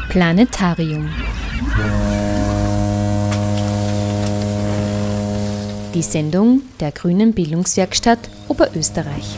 Planetarium. Die Sendung der Grünen Bildungswerkstatt Oberösterreich.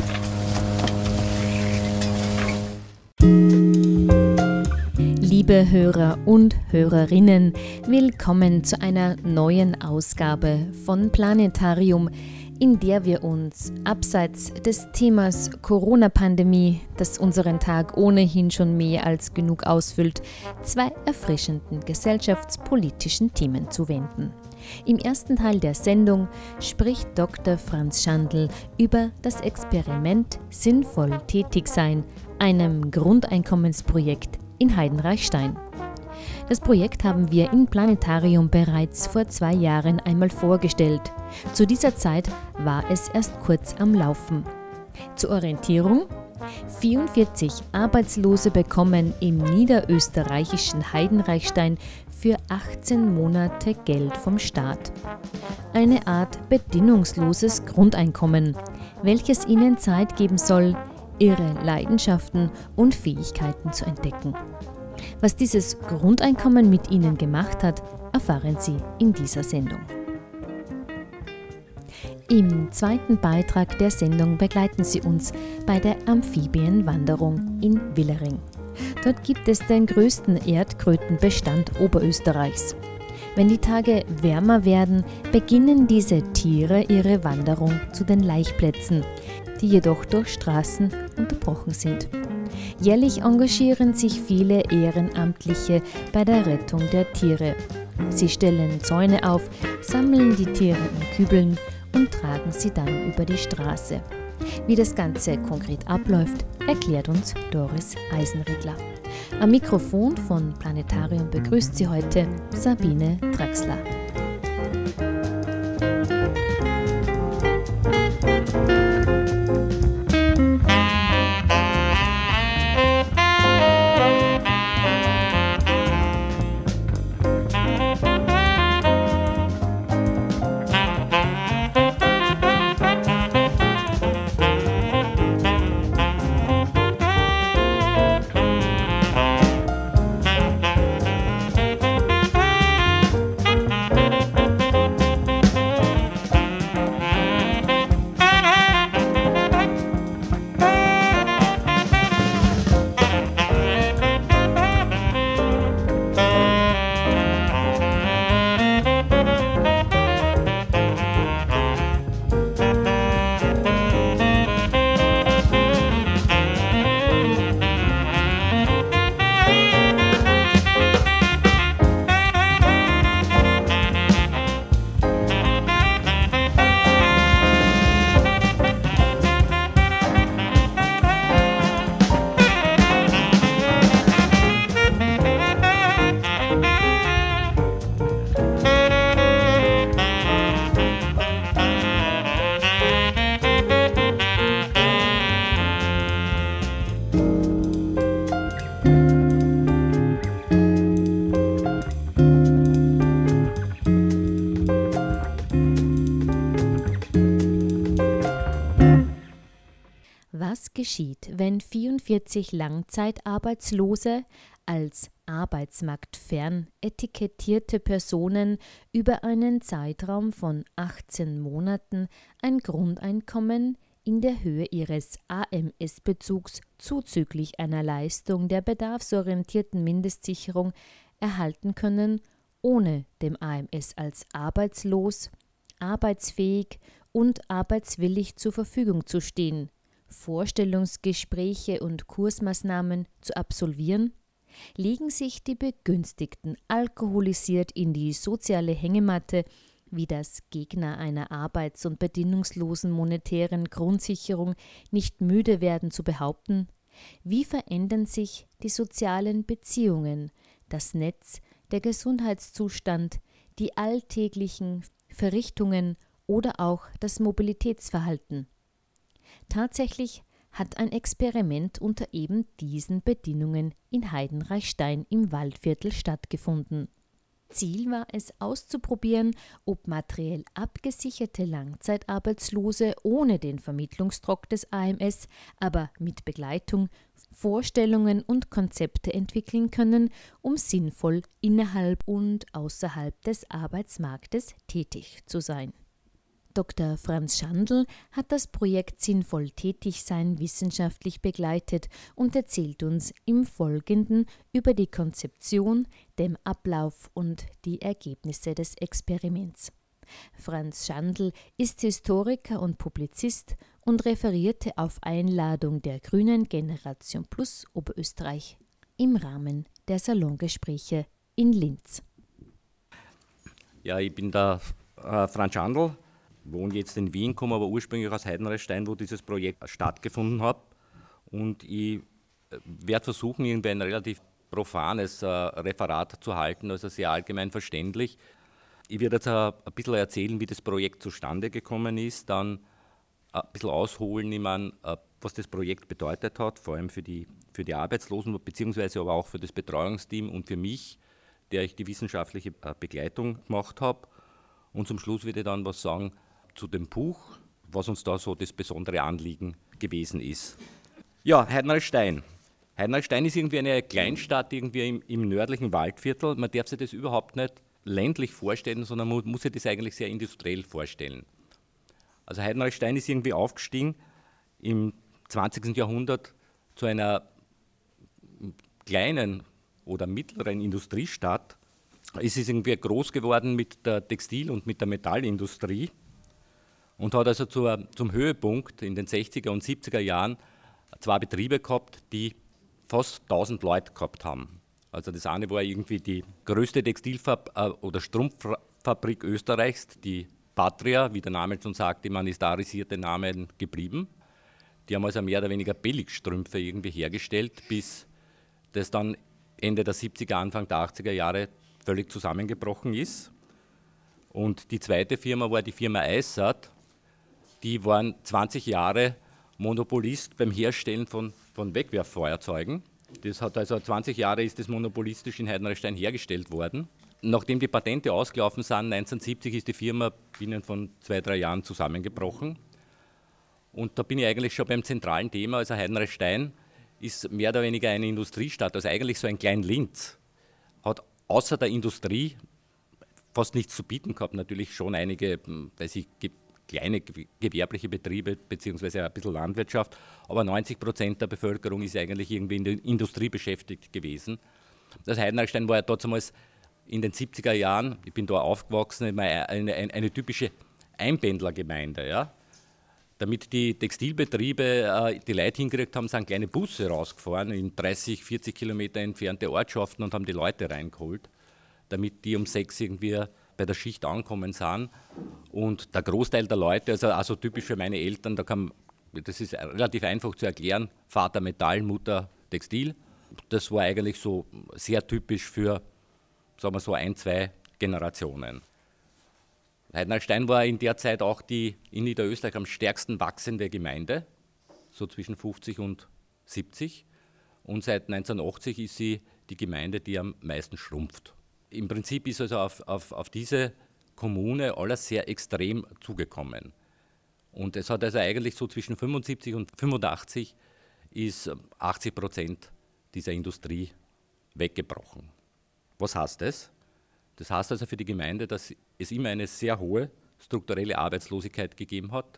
Liebe Hörer und Hörerinnen, willkommen zu einer neuen Ausgabe von Planetarium, in der wir uns abseits des Themas Corona-Pandemie, das unseren Tag ohnehin schon mehr als genug ausfüllt, zwei erfrischenden gesellschaftspolitischen Themen zuwenden. Im ersten Teil der Sendung spricht Dr. Franz Schandl über das Experiment Sinnvoll Tätigsein, einem Grundeinkommensprojekt in Heidenreichstein. Das Projekt haben wir im Planetarium bereits vor 2 Jahren einmal vorgestellt. Zu dieser Zeit war es erst kurz am Laufen. Zur Orientierung: 44 Arbeitslose bekommen im niederösterreichischen Heidenreichstein für 18 Monate Geld vom Staat. Eine Art bedingungsloses Grundeinkommen, welches ihnen Zeit geben soll, ihre Leidenschaften und Fähigkeiten zu entdecken. Was dieses Grundeinkommen mit ihnen gemacht hat, erfahren Sie in dieser Sendung. Im zweiten Beitrag der Sendung begleiten Sie uns bei der Amphibienwanderung in Willering. Dort gibt es den größten Erdkrötenbestand Oberösterreichs. Wenn die Tage wärmer werden, beginnen diese Tiere ihre Wanderung zu den Laichplätzen, die jedoch durch Straßen unterbrochen sind. Jährlich engagieren sich viele Ehrenamtliche bei der Rettung der Tiere. Sie stellen Zäune auf, sammeln die Tiere in Kübeln und tragen sie dann über die Straße. Wie das Ganze konkret abläuft, erklärt uns Doris Eisenriedler. Am Mikrofon von Planetarium begrüßt Sie heute Sabine Draxler. Was geschieht, wenn 44 Langzeitarbeitslose als arbeitsmarktfern etikettierte Personen über einen Zeitraum von 18 Monaten ein Grundeinkommen in der Höhe ihres AMS-Bezugs zuzüglich einer Leistung der bedarfsorientierten Mindestsicherung erhalten können, ohne dem AMS als arbeitslos, arbeitsfähig und arbeitswillig zur Verfügung zu stehen, Vorstellungsgespräche und Kursmaßnahmen zu absolvieren? Legen sich die Begünstigten alkoholisiert in die soziale Hängematte, wie das Gegner einer arbeits- und bedingungslosen monetären Grundsicherung nicht müde werden zu behaupten? Wie verändern sich die sozialen Beziehungen, das Netz, der Gesundheitszustand, die alltäglichen Verrichtungen oder auch das Mobilitätsverhalten? Tatsächlich hat ein Experiment unter eben diesen Bedingungen in Heidenreichstein im Waldviertel stattgefunden. Ziel war es auszuprobieren, ob materiell abgesicherte Langzeitarbeitslose ohne den Vermittlungsdruck des AMS, aber mit Begleitung Vorstellungen und Konzepte entwickeln können, um sinnvoll innerhalb und außerhalb des Arbeitsmarktes tätig zu sein. Dr. Franz Schandl hat das Projekt Sinnvoll Tätigsein wissenschaftlich begleitet und erzählt uns im Folgenden über die Konzeption, den Ablauf und die Ergebnisse des Experiments. Franz Schandl ist Historiker und Publizist und referierte auf Einladung der Grünen Generation Plus Oberösterreich im Rahmen der Salongespräche in Linz. Ja, ich bin der Franz Schandl, wohne jetzt in Wien, komme aber ursprünglich aus Heidenreichstein, wo dieses Projekt stattgefunden hat. Und ich werde versuchen, irgendwie ein relativ profanes Referat zu halten, also sehr allgemein verständlich. Ich werde jetzt ein bisschen erzählen, wie das Projekt zustande gekommen ist, dann ein bisschen ausholen, ich meine, was das Projekt bedeutet hat, vor allem für die Arbeitslosen, beziehungsweise aber auch für das Betreuungsteam und für mich, der ich die wissenschaftliche Begleitung gemacht habe. Und zum Schluss werde ich dann was sagen zu dem Buch, was uns da so das besondere Anliegen gewesen ist. Ja, Heidenreichstein. Heidenreichstein ist irgendwie eine Kleinstadt irgendwie im nördlichen Waldviertel. Man darf sich das überhaupt nicht ländlich vorstellen, sondern man muss sich das eigentlich sehr industriell vorstellen. Also Heidenreichstein ist irgendwie aufgestiegen im 20. Jahrhundert zu einer kleinen oder mittleren Industriestadt. Es ist irgendwie groß geworden mit der Textil- und mit der Metallindustrie und hat also zum Höhepunkt in den 60er und 70er Jahren zwei Betriebe gehabt, die fast 1000 Leute gehabt haben. Also das eine war irgendwie die größte oder Strumpffabrik Österreichs, die Patria, wie der Name schon sagt, die monetarisierte Namen geblieben. Die haben also mehr oder weniger Billigstrümpfe irgendwie hergestellt, bis das dann Ende der 70er, Anfang der 80er Jahre völlig zusammengebrochen ist. Und die zweite Firma war die Firma Eissat. Die waren 20 Jahre Monopolist beim Herstellen von Wegwerffeuerzeugen. Das hat also 20 Jahre ist das monopolistisch in Heidenreichstein hergestellt worden. Nachdem die Patente ausgelaufen sind, 1970 ist die Firma binnen von 2-3 Jahren zusammengebrochen. Und da bin ich eigentlich schon beim zentralen Thema. Also Heidenreichstein ist mehr oder weniger eine Industriestadt, also eigentlich so ein klein Linz. Hat außer der Industrie fast nichts zu bieten gehabt, natürlich schon einige, kleine gewerbliche Betriebe beziehungsweise ein bisschen Landwirtschaft, aber 90% der Bevölkerung ist eigentlich irgendwie in der Industrie beschäftigt gewesen. Das Heidenreichstein war ja damals in den 70er Jahren, ich bin da aufgewachsen, eine typische Einpendlergemeinde. Ja. Damit die Textilbetriebe die Leute hingekriegt haben, sind kleine Busse rausgefahren in 30, 40 Kilometer entfernte Ortschaften und haben die Leute reingeholt, damit die um 6 irgendwie bei der Schicht ankommen sind. Und der Großteil der Leute, also typisch für meine Eltern, das ist relativ einfach zu erklären, Vater Metall, Mutter Textil. Das war eigentlich so sehr typisch für, sagen wir so, 1-2 Generationen. Heidenreichstein war in der Zeit auch die in Niederösterreich am stärksten wachsende Gemeinde, so zwischen 50 und 70. Und seit 1980 ist sie die Gemeinde, die am meisten schrumpft. Im Prinzip ist also auf diese Kommune alles sehr extrem zugekommen. Und es hat also eigentlich so zwischen 75 und 85 ist 80% dieser Industrie weggebrochen. Was heißt das? Das heißt also für die Gemeinde, dass es immer eine sehr hohe strukturelle Arbeitslosigkeit gegeben hat,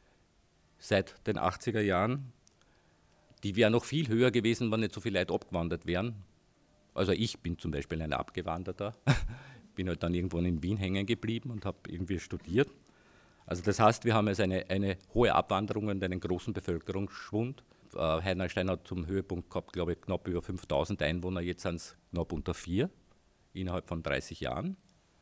seit den 80er Jahren. Die wäre noch viel höher gewesen, wenn nicht so viele Leute abgewandert wären. Also ich bin zum Beispiel ein Abgewanderter, bin halt dann irgendwann in Wien hängen geblieben und habe irgendwie studiert. Also das heißt, wir haben also eine hohe Abwanderung und einen großen Bevölkerungsschwund. Heidenreichstein hat zum Höhepunkt gehabt, glaube ich, knapp über 5000 Einwohner, jetzt sind es knapp unter 4 innerhalb von 30 Jahren.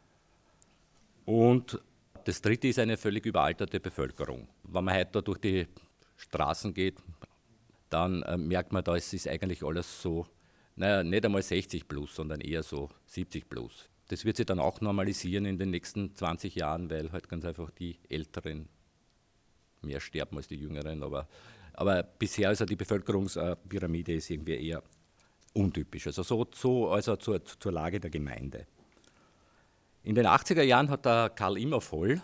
Und das dritte ist eine völlig überalterte Bevölkerung. Wenn man heute da durch die Straßen geht, dann merkt man, da ist eigentlich alles so, naja, nicht einmal 60 plus, sondern eher so 70 plus. Das wird sich dann auch normalisieren in den nächsten 20 Jahren, weil halt ganz einfach die Älteren mehr sterben als die Jüngeren. Aber bisher also die Bevölkerungspyramide ist irgendwie eher untypisch. Also also zur Lage der Gemeinde. In den 80er Jahren hat der Karl Immervoll,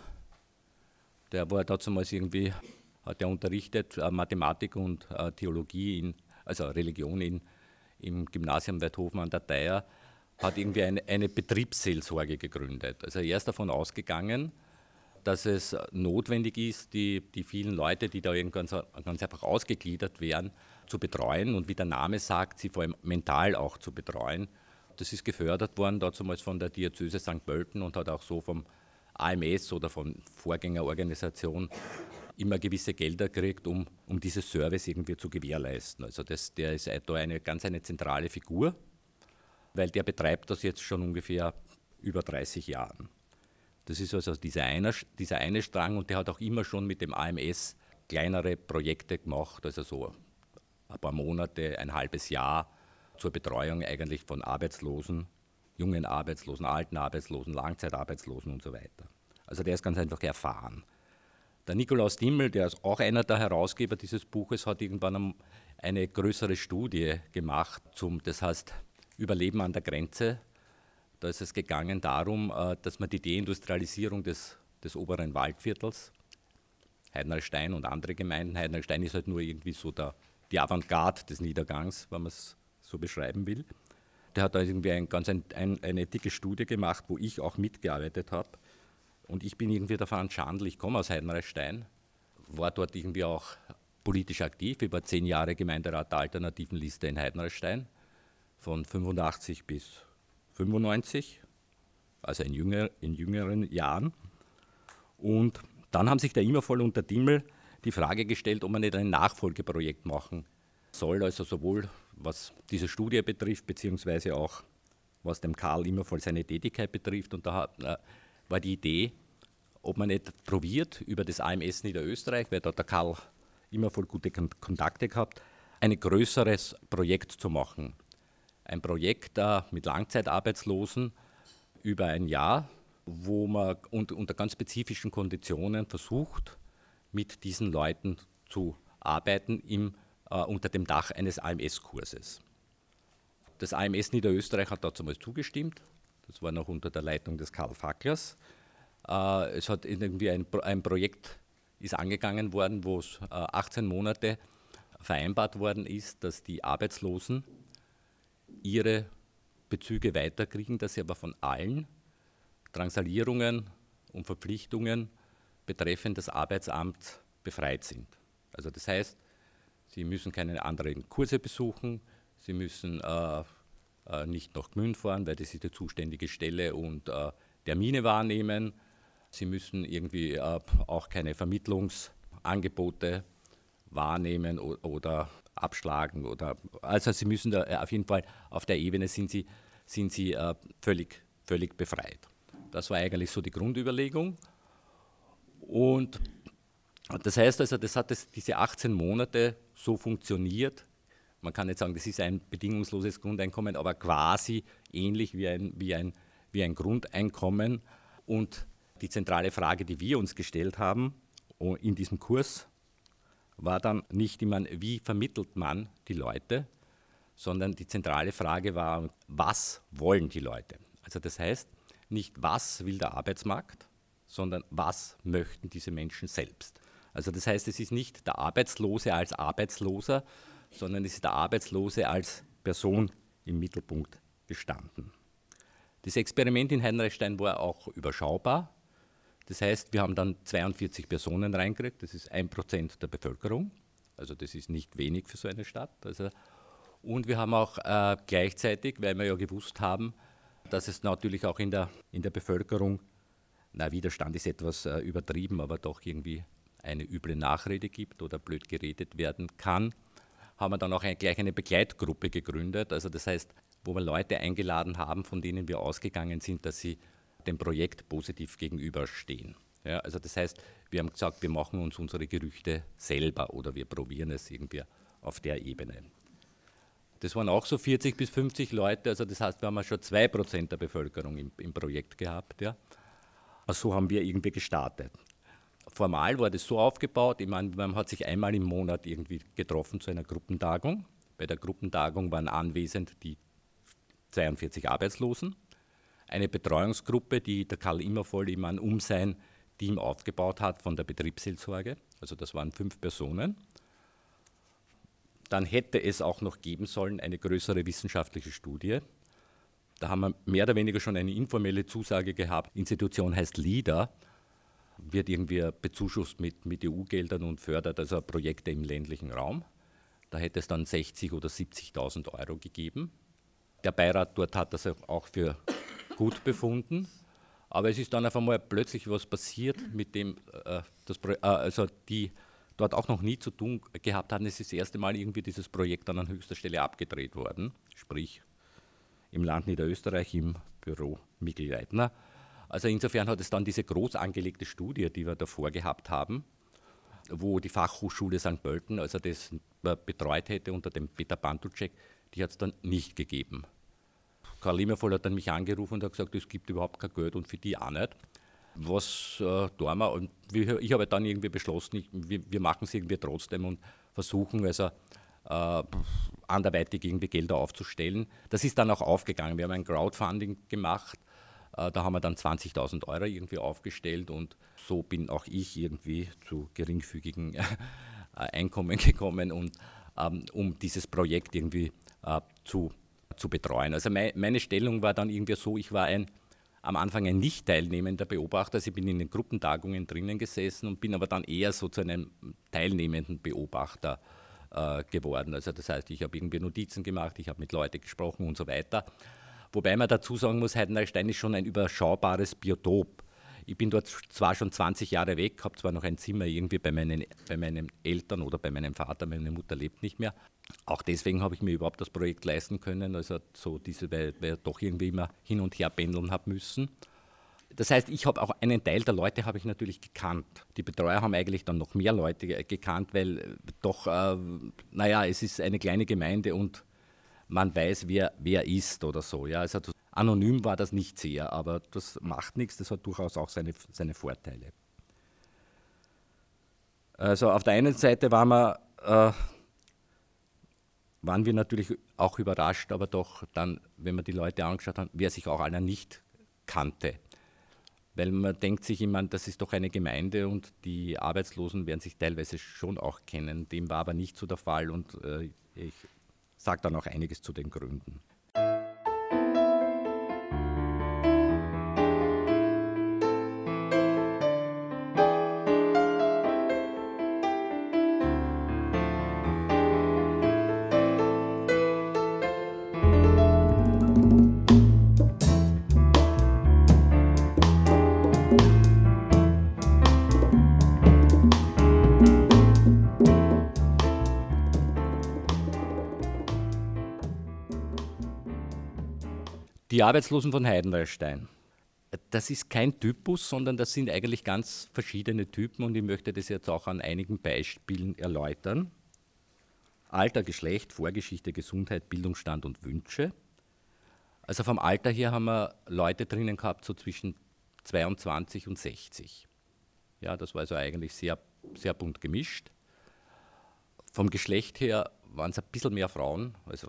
der war damals irgendwie, hat er unterrichtet Mathematik und Theologie also Religion im Gymnasium Weidhofen an der Theier, hat irgendwie eine Betriebsseelsorge gegründet. Also er ist davon ausgegangen, dass es notwendig ist, die vielen Leute, die da ganz einfach ausgegliedert werden, zu betreuen und wie der Name sagt, sie vor allem mental auch zu betreuen. Das ist gefördert worden damals von der Diözese St. Pölten und hat auch so vom AMS oder von Vorgängerorganisation immer gewisse Gelder gekriegt, um dieses Service irgendwie zu gewährleisten. Also der ist da eine zentrale Figur, weil der betreibt das jetzt schon ungefähr über 30 Jahren. Das ist also dieser eine Strang und der hat auch immer schon mit dem AMS kleinere Projekte gemacht, also so ein paar Monate, ein halbes Jahr zur Betreuung eigentlich von Arbeitslosen, jungen Arbeitslosen, alten Arbeitslosen, Langzeitarbeitslosen und so weiter. Also der ist ganz einfach erfahren. Der Nikolaus Dimmel, der ist auch einer der Herausgeber dieses Buches, hat irgendwann eine größere Studie gemacht das heißt Überleben an der Grenze. Da ist es gegangen darum, dass man die Deindustrialisierung des oberen Waldviertels, Heidenaustein und andere Gemeinden, Heidenaustein ist halt nur irgendwie so die Avantgarde des Niedergangs, wenn man es so beschreiben will. Der hat da irgendwie eine dicke Studie gemacht, wo ich auch mitgearbeitet habe. Und ich bin irgendwie davon Schandl, ich komme aus Heidenaustein, war dort irgendwie auch politisch aktiv. Ich war 10 Jahre Gemeinderat der Alternativen Liste in Heidenaustein, von 85 bis 95, also in jüngeren Jahren. Und dann haben sich der Immervoll und der Dimmel die Frage gestellt, ob man nicht ein Nachfolgeprojekt machen soll, also sowohl was diese Studie betrifft, beziehungsweise auch was dem Karl Immervoll seine Tätigkeit betrifft. Und da war die Idee, ob man nicht probiert, über das AMS Niederösterreich, weil da der Karl Immervoll gute Kontakte gehabt, ein größeres Projekt zu machen. Ein Projekt mit Langzeitarbeitslosen über ein Jahr, wo man unter ganz spezifischen Konditionen versucht, mit diesen Leuten zu arbeiten unter dem Dach eines AMS-Kurses. Das AMS Niederösterreich hat dazu mal zugestimmt. Das war noch unter der Leitung des Karl Facklers. Es hat irgendwie ein Projekt ist angegangen worden, wo es 18 Monate vereinbart worden ist, dass die Arbeitslosen ihre Bezüge weiterkriegen, dass sie aber von allen Drangsalierungen und Verpflichtungen betreffend das Arbeitsamt befreit sind. Also das heißt, sie müssen keine anderen Kurse besuchen, sie müssen nicht nach Gmünd fahren, weil das ist die zuständige Stelle und Termine wahrnehmen. Sie müssen irgendwie auch keine Vermittlungsangebote wahrnehmen oder abschlagen. Also sie müssen da auf jeden Fall, auf der Ebene sind sie völlig befreit. Das war eigentlich so die Grundüberlegung. Und das heißt also, diese 18 Monate so funktioniert. Man kann nicht sagen, das ist ein bedingungsloses Grundeinkommen, aber quasi ähnlich wie ein Grundeinkommen. Und die zentrale Frage, die wir uns gestellt haben in diesem Kurs, war dann nicht immer, wie vermittelt man die Leute, sondern die zentrale Frage war, was wollen die Leute? Also das heißt, nicht was will der Arbeitsmarkt, sondern was möchten diese Menschen selbst. Also das heißt, es ist nicht der Arbeitslose als Arbeitsloser, sondern es ist der Arbeitslose als Person im Mittelpunkt gestanden. Das Experiment in Heidenaustein war auch überschaubar. Das heißt, wir haben dann 42 Personen reingekriegt, das ist 1% der Bevölkerung, also das ist nicht wenig für so eine Stadt. Und wir haben auch gleichzeitig, weil wir ja gewusst haben, dass es natürlich auch in der Bevölkerung, Widerstand ist etwas übertrieben, aber doch irgendwie eine üble Nachrede gibt oder blöd geredet werden kann, haben wir dann auch gleich eine Begleitgruppe gegründet. Also das heißt, wo wir Leute eingeladen haben, von denen wir ausgegangen sind, dass sie dem Projekt positiv gegenüberstehen. Ja, also das heißt, wir haben gesagt, wir machen uns unsere Gerüchte selber oder wir probieren es irgendwie auf der Ebene. Das waren auch so 40 bis 50 Leute, also das heißt, wir haben schon 2% der Bevölkerung im Projekt gehabt. Ja. Also so haben wir irgendwie gestartet. Formal war das so aufgebaut, ich meine, man hat sich einmal im Monat irgendwie getroffen zu einer Gruppentagung. Bei der Gruppentagung waren anwesend die 42 Arbeitslosen, eine Betreuungsgruppe, die der Karl Immervoll um sein Team aufgebaut hat von der Betriebsseelsorge, also das waren 5 Personen. dann hätte es auch noch geben sollen eine größere wissenschaftliche Studie. Da haben wir mehr oder weniger schon eine informelle Zusage gehabt. Die Institution heißt LIDA, wird irgendwie bezuschusst mit EU-Geldern und fördert also Projekte im ländlichen Raum. Da hätte es dann 60.000 oder 70.000 Euro gegeben. Der Beirat dort hat das auch für gut befunden. Aber es ist dann auf einmal plötzlich was passiert, mit dem die dort auch noch nie zu tun gehabt hatten. Es ist das erste Mal irgendwie dieses Projekt dann an höchster Stelle abgedreht worden, sprich im Land Niederösterreich im Büro Mikl-Leitner. Also insofern hat es dann diese groß angelegte Studie, die wir davor gehabt haben, wo die Fachhochschule St. Pölten, also das betreut hätte unter dem Peter Bantucek, die hat es dann nicht gegeben. Karl Limmervoll hat dann mich angerufen und hat gesagt, es gibt überhaupt kein Geld und für die auch nicht. Was tun wir? Und ich habe dann irgendwie beschlossen, wir machen es irgendwie trotzdem und versuchen also anderweitig irgendwie Gelder aufzustellen. Das ist dann auch aufgegangen. Wir haben ein Crowdfunding gemacht. Da haben wir dann 20.000 Euro irgendwie aufgestellt und so bin auch ich irgendwie zu geringfügigen Einkommen gekommen, und, um dieses Projekt irgendwie zu betreuen. Also meine Stellung war dann irgendwie so, ich war am Anfang ein nicht teilnehmender Beobachter, also ich bin in den Gruppentagungen drinnen gesessen und bin aber dann eher so zu einem teilnehmenden Beobachter geworden. Also das heißt, ich habe irgendwie Notizen gemacht, ich habe mit Leuten gesprochen und so weiter. Wobei man dazu sagen muss, Heidenreichstein ist schon ein überschaubares Biotop. Ich bin dort zwar schon 20 Jahre weg, habe zwar noch ein Zimmer irgendwie bei meinen Eltern oder bei meinem Vater, meine Mutter lebt nicht mehr. Auch deswegen habe ich mir überhaupt das Projekt leisten können, also so weil ich doch irgendwie immer hin und her pendeln habe müssen. Das heißt, ich habe auch einen Teil der Leute habe ich natürlich gekannt. Die Betreuer haben eigentlich dann noch mehr Leute gekannt, weil doch, es ist eine kleine Gemeinde und man weiß, wer ist oder so. Ja. Also anonym war das nicht sehr, aber das macht nichts, das hat durchaus auch seine Vorteile. Also auf der einen Seite waren wir natürlich auch überrascht, aber doch dann, wenn wir die Leute angeschaut haben, wer sich auch einer nicht kannte. Weil man denkt sich immer, das ist doch eine Gemeinde und die Arbeitslosen werden sich teilweise schon auch kennen. Dem war aber nicht so der Fall und ich sage dann auch einiges zu den Gründen. Die Arbeitslosen von Heidenreichstein. Das ist kein Typus, sondern das sind eigentlich ganz verschiedene Typen und ich möchte das jetzt auch an einigen Beispielen erläutern. Alter, Geschlecht, Vorgeschichte, Gesundheit, Bildungsstand und Wünsche. Also vom Alter her haben wir Leute drinnen gehabt, so zwischen 22 und 60. Ja, das war also eigentlich sehr, sehr bunt gemischt. Vom Geschlecht her waren es ein bisschen mehr Frauen, also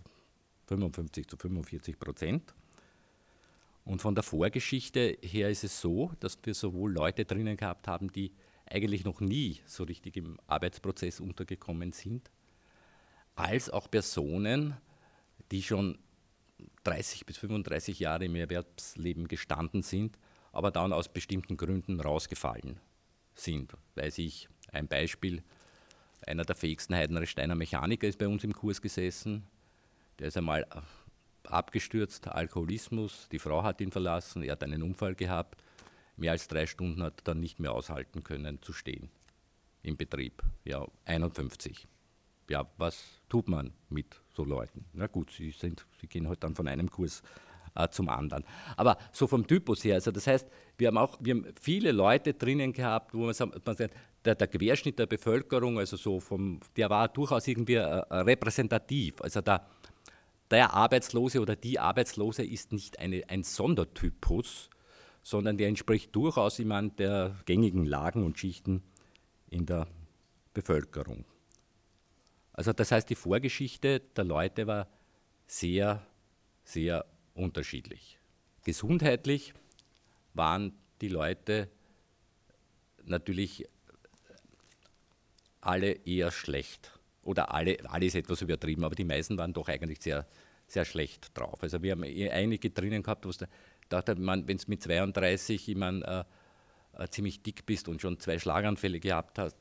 55-45%. Und von der Vorgeschichte her ist es so, dass wir sowohl Leute drinnen gehabt haben, die eigentlich noch nie so richtig im Arbeitsprozess untergekommen sind, als auch Personen, die schon 30 bis 35 Jahre im Erwerbsleben gestanden sind, aber dann aus bestimmten Gründen rausgefallen sind. Weiß ich, ein Beispiel, einer der fähigsten Heidenreichsteiner Mechaniker ist bei uns im Kurs gesessen, der ist einmal abgestürzt, Alkoholismus, die Frau hat ihn verlassen, er hat einen Unfall gehabt, mehr als 3 Stunden hat er dann nicht mehr aushalten können zu stehen im Betrieb, ja 51. Ja, was tut man mit so Leuten? Na gut, sie gehen halt dann von einem Kurs zum anderen. Aber so vom Typus her, also das heißt, wir haben viele Leute drinnen gehabt, wo man sagt, der Querschnitt der Bevölkerung, also so der war durchaus irgendwie repräsentativ. Also der Arbeitslose oder die Arbeitslose ist nicht ein Sondertypus, sondern der entspricht durchaus jemand der gängigen Lagen und Schichten in der Bevölkerung. Also das heißt, die Vorgeschichte der Leute war sehr, sehr unterschiedlich. Gesundheitlich waren die Leute natürlich alle eher schlecht oder alles etwas übertrieben, aber die meisten waren doch eigentlich sehr, sehr schlecht drauf. Also wir haben einige drinnen gehabt, wo es dachte man, wenn es mit 32 ziemlich dick bist und schon 2 Schlaganfälle gehabt hast,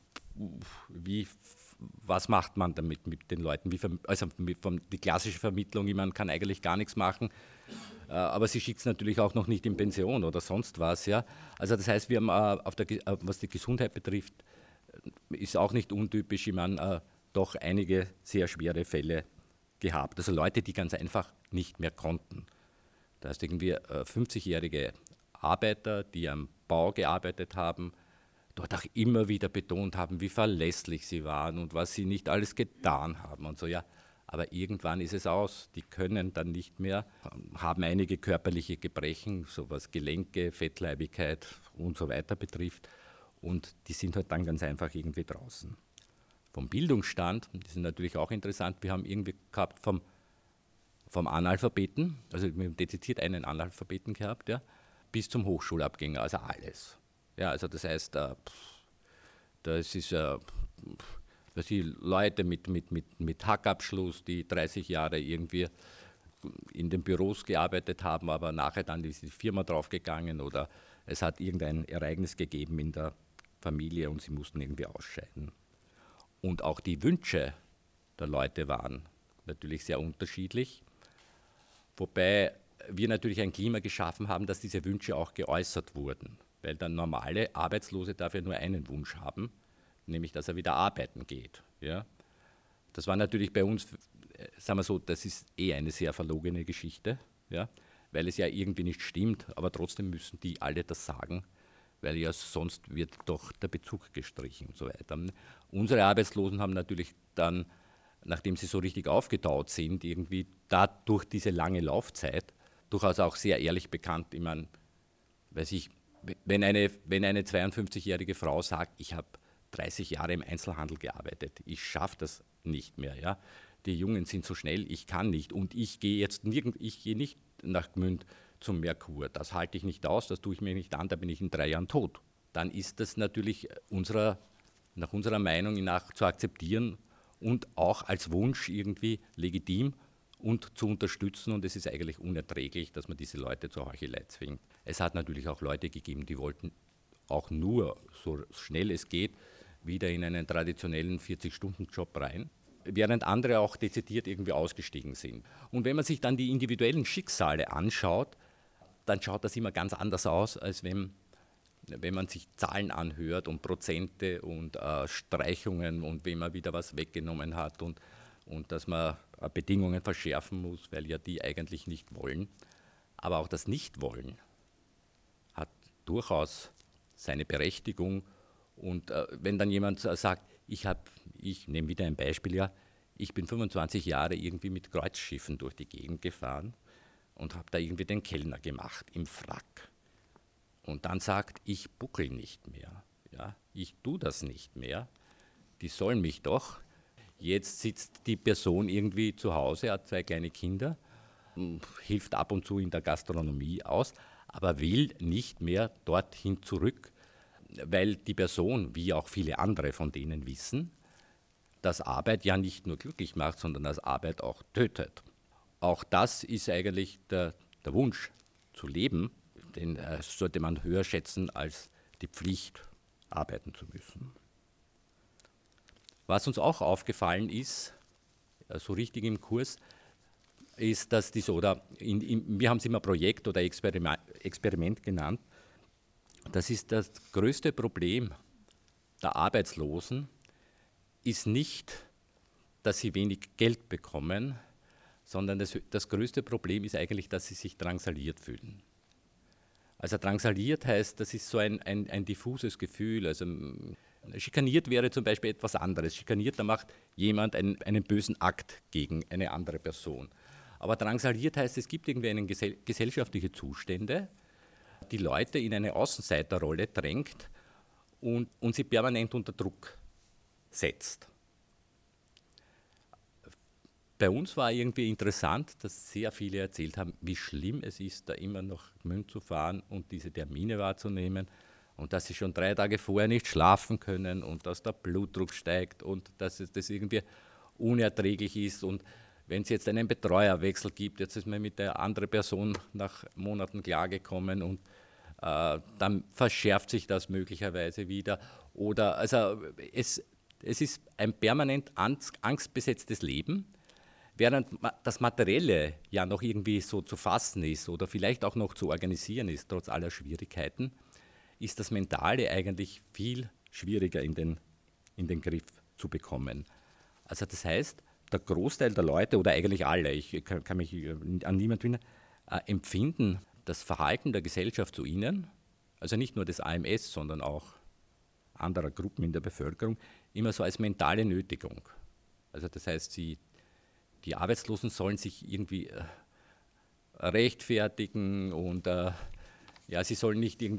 was macht man damit mit den Leuten? Die klassische Vermittlung, man kann eigentlich gar nichts machen, aber sie schickt es natürlich auch noch nicht in Pension oder sonst was. Ja? Also das heißt, wir haben, was die Gesundheit betrifft, ist auch nicht untypisch, doch einige sehr schwere Fälle gehabt. Also Leute, die ganz einfach nicht mehr konnten. Da heißt irgendwie 50-jährige Arbeiter, die am Bau gearbeitet haben, dort auch immer wieder betont haben, wie verlässlich sie waren und was sie nicht alles getan haben und so, ja. Aber irgendwann ist es aus. Die können dann nicht mehr, haben einige körperliche Gebrechen, so was Gelenke, Fettleibigkeit und so weiter betrifft. Und die sind halt dann ganz einfach irgendwie draußen. Vom Bildungsstand, das ist natürlich auch interessant, wir haben irgendwie gehabt vom Analphabeten, also wir haben dezidiert einen Analphabeten gehabt, ja, bis zum Hochschulabgänger, also alles. Ja, also das heißt, das ist die Leute mit Hackabschluss, die 30 Jahre irgendwie in den Büros gearbeitet haben, aber nachher dann ist die Firma draufgegangen oder es hat irgendein Ereignis gegeben in der Familie und sie mussten irgendwie ausscheiden. Und auch die Wünsche der Leute waren natürlich sehr unterschiedlich, wobei wir natürlich ein Klima geschaffen haben, dass diese Wünsche auch geäußert wurden, weil der normale Arbeitslose darf ja nur einen Wunsch haben, nämlich dass er wieder arbeiten geht. Ja? Das war natürlich bei uns, sagen wir so, das ist eine sehr verlogene Geschichte, ja? Weil es ja irgendwie nicht stimmt, aber trotzdem müssen die alle das sagen, weil ja sonst wird doch der Bezug gestrichen und so weiter. Unsere Arbeitslosen haben natürlich dann, nachdem sie so richtig aufgetaut sind, irgendwie dadurch diese lange Laufzeit, durchaus auch sehr ehrlich bekannt. Ich meine, wenn eine 52-jährige Frau sagt, ich habe 30 Jahre im Einzelhandel gearbeitet, ich schaffe das nicht mehr. Ja? Die Jungen sind so schnell, ich kann nicht und ich gehe nicht nach Gmünd zum Merkur. Das halte ich nicht aus, das tue ich mir nicht an, da bin ich in 3 Jahren tot. Dann ist das natürlich nach unserer Meinung nach zu akzeptieren und auch als Wunsch irgendwie legitim und zu unterstützen. Und es ist eigentlich unerträglich, dass man diese Leute zur Heuchelei zwingt. Es hat natürlich auch Leute gegeben, die wollten auch nur, so schnell es geht, wieder in einen traditionellen 40-Stunden-Job rein, während andere auch dezidiert irgendwie ausgestiegen sind. Und wenn man sich dann die individuellen Schicksale anschaut, dann schaut das immer ganz anders aus, als wenn man sich Zahlen anhört und Prozente und Streichungen und wem man wieder was weggenommen hat und dass man Bedingungen verschärfen muss, weil ja die eigentlich nicht wollen. Aber auch das Nichtwollen hat durchaus seine Berechtigung. Und wenn dann jemand sagt, ich nehme wieder ein Beispiel, ja, ich bin 25 Jahre irgendwie mit Kreuzschiffen durch die Gegend gefahren und habe da irgendwie den Kellner gemacht im Frack. Und dann sagt, ich buckel nicht mehr, ja, ich tue das nicht mehr, die sollen mich doch. Jetzt sitzt die Person irgendwie zu Hause, hat 2 kleine Kinder, hilft ab und zu in der Gastronomie aus, aber will nicht mehr dorthin zurück, weil die Person, wie auch viele andere von denen wissen, dass Arbeit ja nicht nur glücklich macht, sondern dass Arbeit auch tötet. Auch das ist eigentlich der Wunsch zu leben, den sollte man höher schätzen als die Pflicht, arbeiten zu müssen. Was uns auch aufgefallen ist, so richtig im Kurs, ist, dass wir haben es immer Projekt oder Experiment genannt, das ist das größte Problem der Arbeitslosen, ist nicht, dass sie wenig Geld bekommen, sondern das größte Problem ist eigentlich, dass sie sich drangsaliert fühlen. Also drangsaliert heißt, das ist so ein diffuses Gefühl. Also schikaniert wäre zum Beispiel etwas anderes. Schikaniert, da macht jemand einen bösen Akt gegen eine andere Person. Aber drangsaliert heißt, es gibt irgendwie gesellschaftliche Zustände, die Leute in eine Außenseiterrolle drängt und sie permanent unter Druck setzt. Bei uns war irgendwie interessant, dass sehr viele erzählt haben, wie schlimm es ist, da immer nach Gmünd zu fahren und diese Termine wahrzunehmen und dass sie schon 3 Tage vorher nicht schlafen können und dass der Blutdruck steigt und dass das irgendwie unerträglich ist. Und wenn es jetzt einen Betreuerwechsel gibt, jetzt ist man mit der anderen Person nach Monaten klargekommen und dann verschärft sich das möglicherweise wieder. Oder also es ist ein permanent angstbesetztes Leben, während das Materielle ja noch irgendwie so zu fassen ist oder vielleicht auch noch zu organisieren ist, trotz aller Schwierigkeiten, ist das Mentale eigentlich viel schwieriger in den Griff zu bekommen. Also das heißt, der Großteil der Leute oder eigentlich alle, ich kann mich an niemanden erinnern, empfinden das Verhalten der Gesellschaft zu ihnen, also nicht nur des AMS, sondern auch anderer Gruppen in der Bevölkerung, immer so als mentale Nötigung. Also das heißt, die Arbeitslosen sollen sich irgendwie rechtfertigen und sie sollen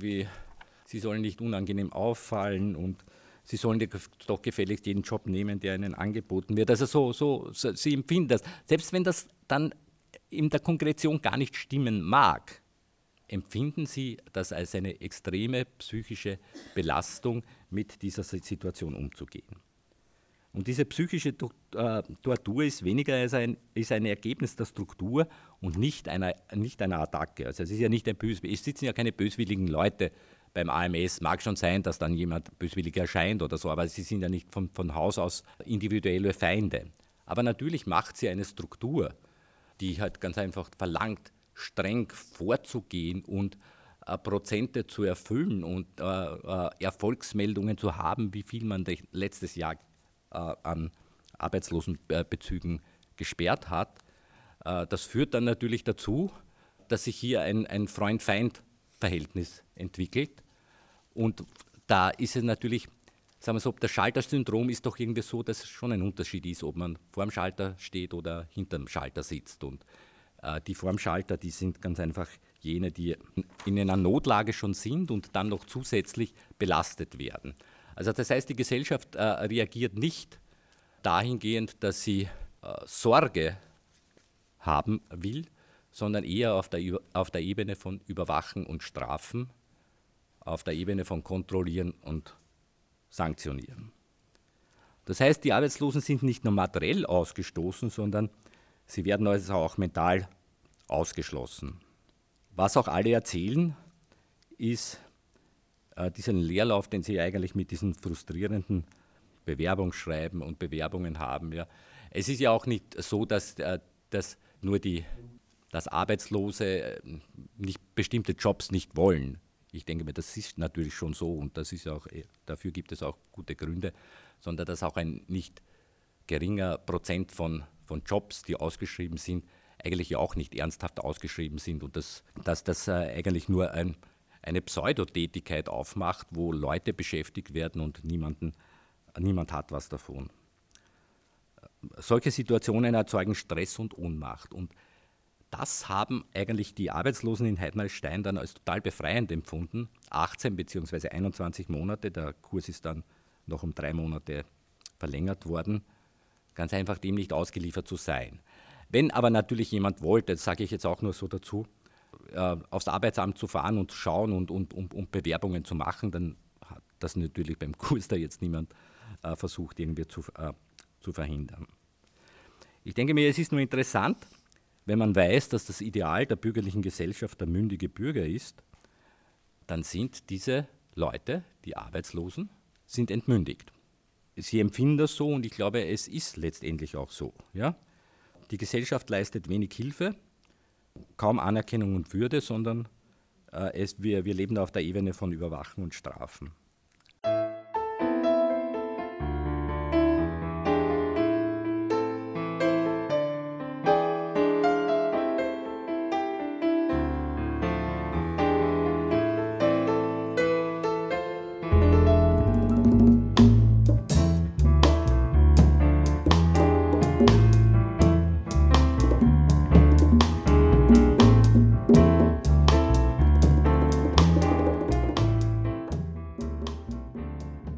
nicht unangenehm auffallen und sie sollen doch gefälligst jeden Job nehmen, der ihnen angeboten wird. Also sie empfinden das. Selbst wenn das dann in der Konkretion gar nicht stimmen mag, empfinden sie das als eine extreme psychische Belastung, mit dieser Situation umzugehen. Und diese psychische Tortur ist weniger als ein Ergebnis der Struktur und nicht einer Attacke. Also es ist ja nicht es sitzen ja keine böswilligen Leute beim AMS. Mag schon sein, dass dann jemand böswillig erscheint oder so, aber sie sind ja nicht von Haus aus individuelle Feinde. Aber natürlich macht sie eine Struktur, die halt ganz einfach verlangt, streng vorzugehen und Prozente zu erfüllen und Erfolgsmeldungen zu haben, wie viel man letztes Jahr an Arbeitslosenbezügen gesperrt hat. Das führt dann natürlich dazu, dass sich hier ein Freund-Feind-Verhältnis entwickelt. Und da ist es natürlich, sagen wir so, das Schaltersyndrom ist doch irgendwie so, dass es schon ein Unterschied ist, ob man vor dem Schalter steht oder hinterm Schalter sitzt. Und die vor dem Schalter, die sind ganz einfach jene, die in einer Notlage schon sind und dann noch zusätzlich belastet werden. Also das heißt, die Gesellschaft reagiert nicht dahingehend, dass sie Sorge haben will, sondern eher auf der Ebene von Überwachen und Strafen, auf der Ebene von Kontrollieren und Sanktionieren. Das heißt, die Arbeitslosen sind nicht nur materiell ausgestoßen, sondern sie werden also auch mental ausgeschlossen. Was auch alle erzählen, ist diesen Leerlauf, den sie eigentlich mit diesen frustrierenden Bewerbungsschreiben und Bewerbungen haben. Ja. Es ist ja auch nicht so, dass Arbeitslose nicht bestimmte Jobs nicht wollen. Ich denke mir, das ist natürlich schon so und das ist auch, dafür gibt es auch gute Gründe, sondern dass auch ein nicht geringer Prozent von Jobs, die ausgeschrieben sind, eigentlich ja auch nicht ernsthaft ausgeschrieben sind und dass das eigentlich nur eine Pseudotätigkeit aufmacht, wo Leute beschäftigt werden und niemand hat was davon. Solche Situationen erzeugen Stress und Ohnmacht und das haben eigentlich die Arbeitslosen in Heidmarstein dann als total befreiend empfunden. 18 bzw. 21 Monate, der Kurs ist dann noch um 3 Monate verlängert worden, ganz einfach dem nicht ausgeliefert zu sein. Wenn aber natürlich jemand wollte, das sage ich jetzt auch nur so dazu, aufs Arbeitsamt zu fahren und zu schauen und Bewerbungen zu machen, dann hat das natürlich beim Kurs da jetzt niemand versucht, irgendwie zu verhindern. Ich denke mir, es ist nur interessant, wenn man weiß, dass das Ideal der bürgerlichen Gesellschaft der mündige Bürger ist, dann sind diese Leute, die Arbeitslosen, sind entmündigt. Sie empfinden das so und ich glaube, es ist letztendlich auch so. Ja? Die Gesellschaft leistet wenig Hilfe, kaum Anerkennung und Würde, sondern wir leben auf der Ebene von Überwachen und Strafen.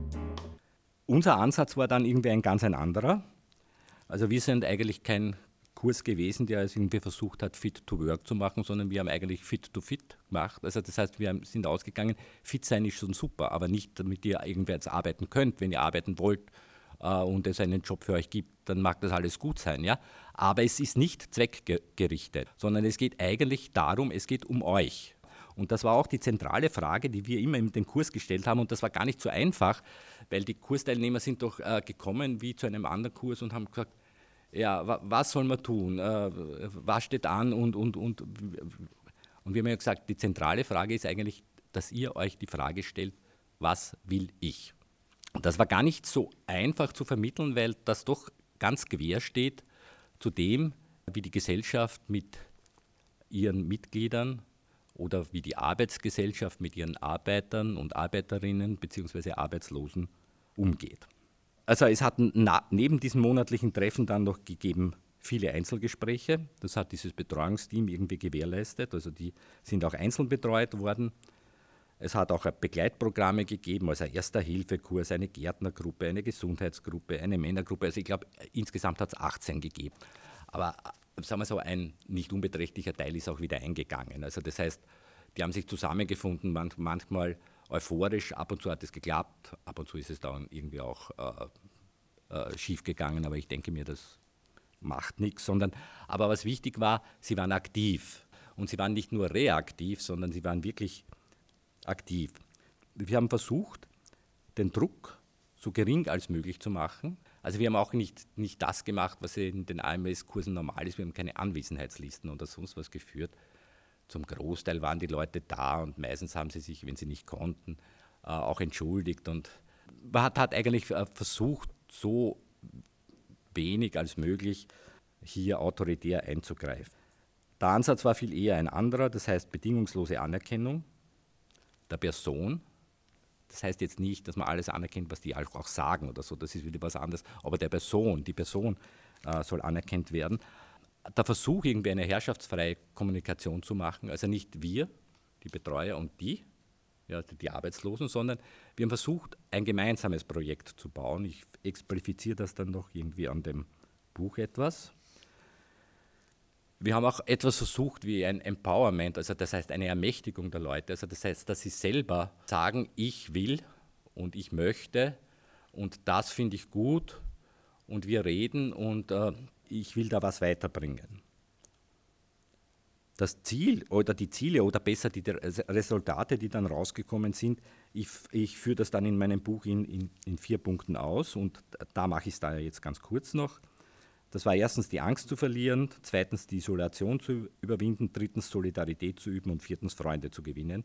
Unser Ansatz war dann irgendwie ein ganz anderer. Also wir sind eigentlich kein Kurs gewesen, der es irgendwie versucht hat, Fit to Work zu machen, sondern wir haben eigentlich Fit to Fit gemacht. Also das heißt, sind ausgegangen, fit sein ist schon super, aber nicht, damit ihr irgendwer jetzt arbeiten könnt. Wenn ihr arbeiten wollt und es einen Job für euch gibt, dann mag das alles gut sein. Ja? Aber es ist nicht zweckgerichtet, sondern es geht eigentlich darum, es geht um euch. Und das war auch die zentrale Frage, die wir immer in den Kurs gestellt haben. Und das war gar nicht so einfach, weil die Kursteilnehmer sind doch gekommen wie zu einem anderen Kurs und haben gesagt, ja, was soll man tun? Was steht an? Und wir haben ja gesagt, die zentrale Frage ist eigentlich, dass ihr euch die Frage stellt, was will ich? Und das war gar nicht so einfach zu vermitteln, weil das doch ganz quer steht zu dem, wie die Gesellschaft mit ihren Mitgliedern oder wie die Arbeitsgesellschaft mit ihren Arbeitern und Arbeiterinnen bzw. Arbeitslosen umgeht. Also es hat neben diesem monatlichen Treffen dann noch gegeben viele Einzelgespräche. Das hat dieses Betreuungsteam irgendwie gewährleistet. Also die sind auch einzeln betreut worden. Es hat auch Begleitprogramme gegeben, also ein Erster-Hilfe-Kurs, eine Gärtnergruppe, eine Gesundheitsgruppe, eine Männergruppe. Also ich glaube, insgesamt hat es 18 gegeben. Aber sagen wir so, ein nicht unbeträchtlicher Teil ist auch wieder eingegangen. Also das heißt, die haben sich zusammengefunden, manchmal euphorisch, ab und zu hat es geklappt, ab und zu ist es dann irgendwie auch schief gegangen, aber ich denke mir, das macht nichts. Aber was wichtig war, sie waren aktiv. Und sie waren nicht nur reaktiv, sondern sie waren wirklich aktiv. Wir haben versucht, den Druck so gering als möglich zu machen. Also wir haben auch nicht das gemacht, was in den AMS-Kursen normal ist. Wir haben keine Anwesenheitslisten oder sonst was geführt. Zum Großteil waren die Leute da und meistens haben sie sich, wenn sie nicht konnten, auch entschuldigt. Und man hat eigentlich versucht, so wenig als möglich hier autoritär einzugreifen. Der Ansatz war viel eher ein anderer, das heißt bedingungslose Anerkennung der Person. Das heißt jetzt nicht, dass man alles anerkennt, was die auch sagen oder so, das ist wieder was anderes, aber die Person soll anerkannt werden. Der Versuch, irgendwie eine herrschaftsfreie Kommunikation zu machen, also nicht wir, die Betreuer und die Arbeitslosen, sondern wir haben versucht, ein gemeinsames Projekt zu bauen. Ich expliziere das dann noch irgendwie an dem Buch etwas. Wir haben auch etwas versucht wie ein Empowerment, also das heißt eine Ermächtigung der Leute, also das heißt, dass sie selber sagen, ich will und ich möchte und das finde ich gut und wir reden und ich will da was weiterbringen. Das Ziel oder die Ziele oder besser die Resultate, die dann rausgekommen sind, ich führe das dann in meinem Buch in 4 Punkten aus und da mache ich es da jetzt ganz kurz noch. Das war erstens die Angst zu verlieren, zweitens die Isolation zu überwinden, drittens Solidarität zu üben und viertens Freunde zu gewinnen.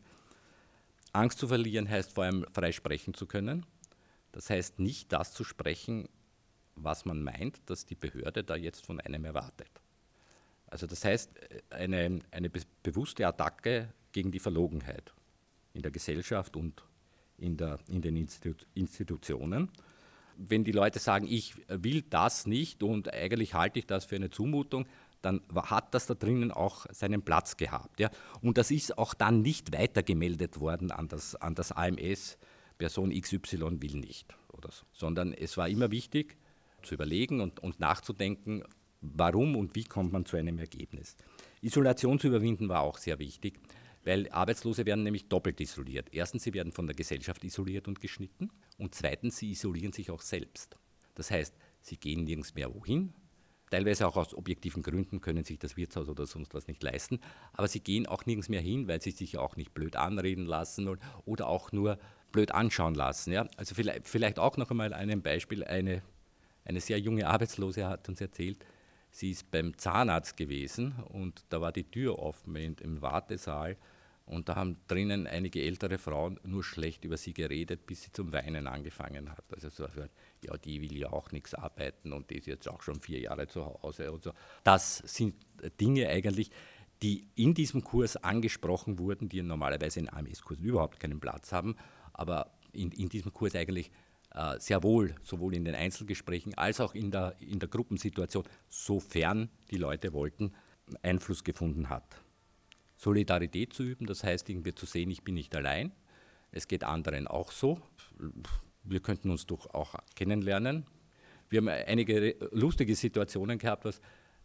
Angst zu verlieren heißt vor allem frei sprechen zu können. Das heißt nicht das zu sprechen, was man meint, dass die Behörde da jetzt von einem erwartet. Also das heißt eine bewusste Attacke gegen die Verlogenheit in der Gesellschaft und in den Institutionen. Wenn die Leute sagen, ich will das nicht und eigentlich halte ich das für eine Zumutung, dann hat das da drinnen auch seinen Platz gehabt. Ja? Und das ist auch dann nicht weitergemeldet worden an das AMS, Person XY will nicht, oder so. Sondern es war immer wichtig zu überlegen und nachzudenken, warum und wie kommt man zu einem Ergebnis. Isolation zu überwinden war auch sehr wichtig, weil Arbeitslose werden nämlich doppelt isoliert. Erstens, sie werden von der Gesellschaft isoliert und geschnitten und zweitens, sie isolieren sich auch selbst. Das heißt, sie gehen nirgends mehr wohin, teilweise auch aus objektiven Gründen können sich das Wirtshaus oder sonst was nicht leisten, aber sie gehen auch nirgends mehr hin, weil sie sich auch nicht blöd anreden lassen oder auch nur blöd anschauen lassen. Ja? Also vielleicht auch noch einmal ein Beispiel, eine sehr junge Arbeitslose hat uns erzählt, sie ist beim Zahnarzt gewesen und da war die Tür offen im Wartesaal und da haben drinnen einige ältere Frauen nur schlecht über sie geredet, bis sie zum Weinen angefangen hat. Also so, ja, die will ja auch nichts arbeiten und die ist jetzt auch schon 4 Jahre zu Hause und so. Das sind Dinge eigentlich, die in diesem Kurs angesprochen wurden, die normalerweise in AMS-Kursen überhaupt keinen Platz haben, aber in diesem Kurs eigentlich sehr wohl, sowohl in den Einzelgesprächen als auch in der Gruppensituation, sofern die Leute wollten, Einfluss gefunden hat. Solidarität zu üben, das heißt irgendwie zu sehen, ich bin nicht allein, es geht anderen auch so, wir könnten uns doch auch kennenlernen. Wir haben einige lustige Situationen gehabt, was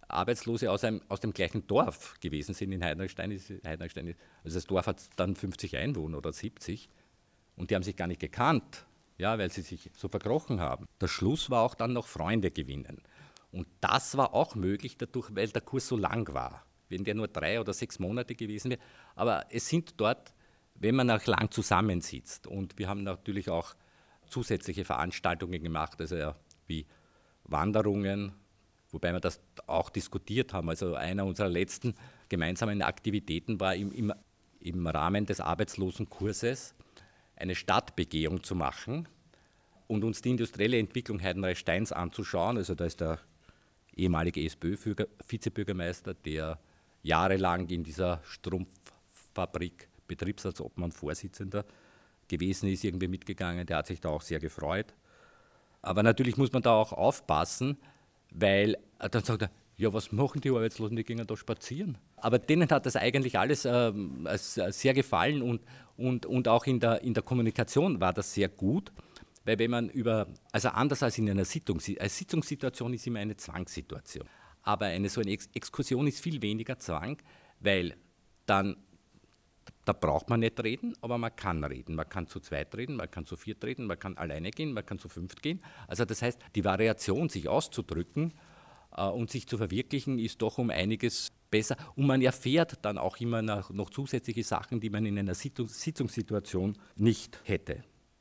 Arbeitslose aus dem gleichen Dorf gewesen sind. In Heidenstein, also das Dorf hat dann 50 Einwohner oder 70 und die haben sich gar nicht gekannt, ja, weil sie sich so verkrochen haben. Der Schluss war auch dann noch Freunde gewinnen. Und das war auch möglich dadurch, weil der Kurs so lang war. Wenn der nur 3 oder 6 Monate gewesen wäre. Aber es sind dort, wenn man auch lang zusammensitzt, und wir haben natürlich auch zusätzliche Veranstaltungen gemacht, also ja, wie Wanderungen, wobei wir das auch diskutiert haben. Also einer unserer letzten gemeinsamen Aktivitäten war im Rahmen des Arbeitslosenkurses eine Stadtbegehung zu machen und uns die industrielle Entwicklung Heidenreichsteins anzuschauen. Also da ist der ehemalige SPÖ-Vizebürgermeister, der jahrelang in dieser Strumpffabrik Betriebsratsobmann Vorsitzender gewesen ist, irgendwie mitgegangen. Der hat sich da auch sehr gefreut. Aber natürlich muss man da auch aufpassen, weil dann sagt er, ja, was machen die Arbeitslosen, die gehen da spazieren. Aber denen hat das eigentlich alles sehr gefallen und auch in der Kommunikation war das sehr gut, weil wenn man also anders als in einer Sitzungssituation ist immer eine Zwangssituation. Aber so eine Exkursion ist viel weniger Zwang, weil da braucht man nicht reden, aber man kann reden. Man kann zu zweit reden, man kann zu viert reden, man kann alleine gehen, man kann zu fünft gehen. Also das heißt, die Variation, sich auszudrücken und sich zu verwirklichen, ist doch um einiges besser. Und man erfährt dann auch immer noch zusätzliche Sachen, die man in einer Sitzungssituation nicht hätte.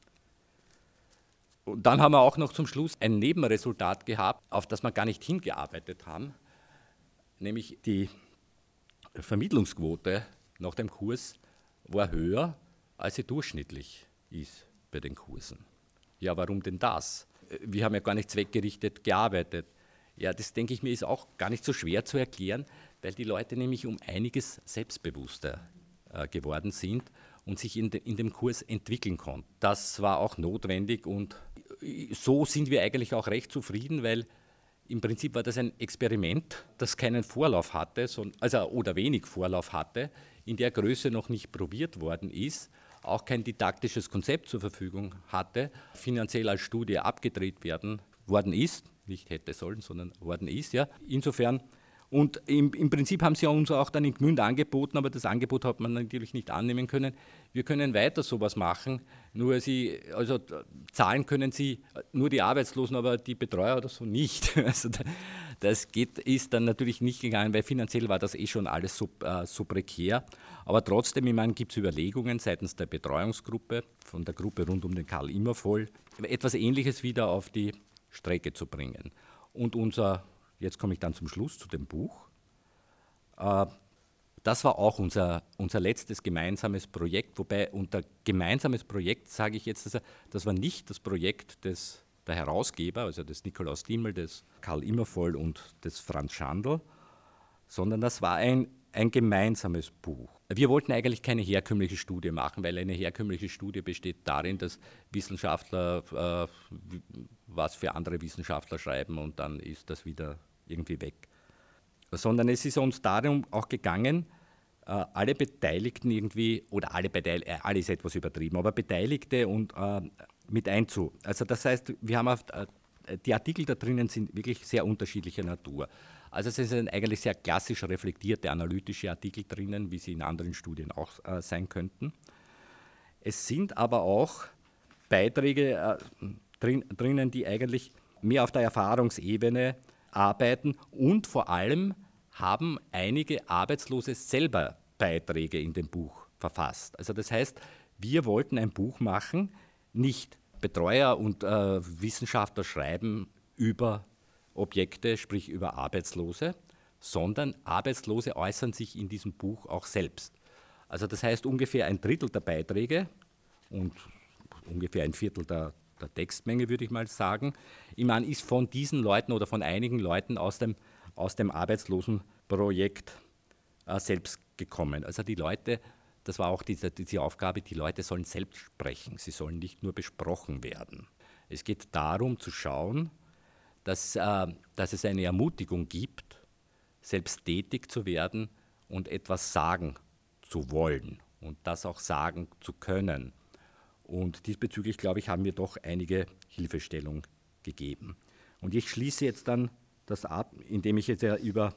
Und dann haben wir auch noch zum Schluss ein Nebenresultat gehabt, auf das wir gar nicht hingearbeitet haben, nämlich die Vermittlungsquote nach dem Kurs war höher, als sie durchschnittlich ist bei den Kursen. Ja, warum denn das? Wir haben ja gar nicht zweckgerichtet gearbeitet. Ja, das denke ich mir ist auch gar nicht so schwer zu erklären, weil die Leute nämlich um einiges selbstbewusster geworden sind und sich in dem Kurs entwickeln konnten. Das war auch notwendig und so sind wir eigentlich auch recht zufrieden, weil im Prinzip war das ein Experiment, das keinen Vorlauf hatte, oder wenig Vorlauf hatte, in der Größe noch nicht probiert worden ist, auch kein didaktisches Konzept zur Verfügung hatte, finanziell als Studie abgedreht worden ist, nicht hätte sollen, sondern worden ist. Ja. Insofern, und im Prinzip haben sie uns auch dann in Gmünd angeboten, aber das Angebot hat man natürlich nicht annehmen können. Wir können weiter sowas machen, also zahlen können sie nur die Arbeitslosen, aber die Betreuer oder so nicht. Also ist dann natürlich nicht gegangen, weil finanziell war das schon alles so prekär. Aber trotzdem, ich meine, gibt es Überlegungen seitens der Betreuungsgruppe, von der Gruppe rund um den Karl Immervoll, etwas Ähnliches wieder auf die Strecke zu bringen. Und jetzt komme ich dann zum Schluss zu dem Buch. Das war auch unser letztes gemeinsames Projekt, wobei unter gemeinsames Projekt sage ich jetzt, das war nicht das Projekt der Herausgeber, also des Nikolaus Diemel, des Karl Immervoll und des Franz Schandl, sondern das war ein gemeinsames Buch. Wir wollten eigentlich keine herkömmliche Studie machen, weil eine herkömmliche Studie besteht darin, dass Wissenschaftler was für andere Wissenschaftler schreiben und dann ist das wieder irgendwie weg. Sondern es ist uns darum auch gegangen, alle Beteiligten irgendwie, oder alle ist etwas übertrieben, aber Beteiligte und mit Also das heißt, wir haben die Artikel da drinnen sind wirklich sehr unterschiedlicher Natur. Also es sind eigentlich sehr klassisch reflektierte analytische Artikel drinnen, wie sie in anderen Studien auch sein könnten. Es sind aber auch Beiträge drinnen, die eigentlich mehr auf der Erfahrungsebene arbeiten und vor allem haben einige Arbeitslose selber Beiträge in dem Buch verfasst. Also das heißt, wir wollten ein Buch machen, nicht Betreuer und Wissenschaftler schreiben über Objekte, sprich über Arbeitslose, sondern Arbeitslose äußern sich in diesem Buch auch selbst. Also das heißt, ungefähr ein Drittel der Beiträge und ungefähr ein Viertel der Textmenge, würde ich mal sagen, ist von diesen Leuten oder von einigen Leuten aus dem Arbeitslosenprojekt selbst gekommen. Also die Leute, das war auch diese Aufgabe, die Leute sollen selbst sprechen, sie sollen nicht nur besprochen werden. Es geht darum zu schauen, dass es eine Ermutigung gibt, selbst tätig zu werden und etwas sagen zu wollen und das auch sagen zu können. Und diesbezüglich, glaube ich, haben wir doch einige Hilfestellung gegeben. Und ich schließe jetzt dann das ab, indem ich jetzt ja über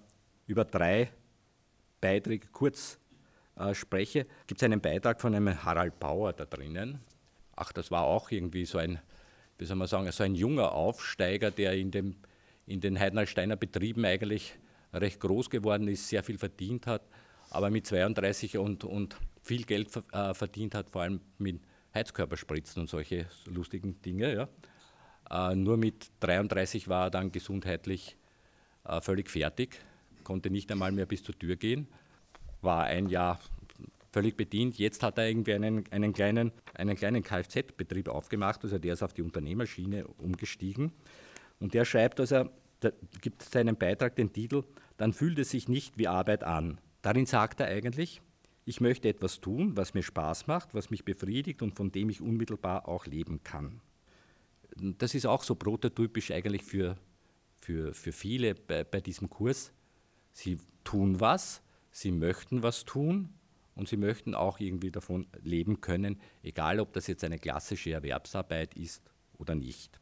3 Beiträge kurz spreche. Gibt es einen Beitrag von einem Harald Bauer da drinnen. Ach, das war auch irgendwie so ein, wie soll man sagen, so ein junger Aufsteiger, der in den Heidensteiner Betrieben eigentlich recht groß geworden ist, sehr viel verdient hat, aber mit 32 und viel Geld verdient hat, vor allem mit Heizkörperspritzen und solche lustigen Dinge. Ja. Nur mit 33 war er dann gesundheitlich völlig fertig, konnte nicht einmal mehr bis zur Tür gehen, war ein Jahr völlig bedient. Jetzt hat er irgendwie einen kleinen Kfz-Betrieb aufgemacht, also der ist auf die Unternehmerschiene umgestiegen. Und der schreibt, da gibt es seinen Beitrag den Titel, dann fühlt es sich nicht wie Arbeit an. Darin sagt er eigentlich, ich möchte etwas tun, was mir Spaß macht, was mich befriedigt und von dem ich unmittelbar auch leben kann. Das ist auch so prototypisch eigentlich für viele bei diesem Kurs. Sie tun was, sie möchten was tun und sie möchten auch irgendwie davon leben können, egal ob das jetzt eine klassische Erwerbsarbeit ist oder nicht.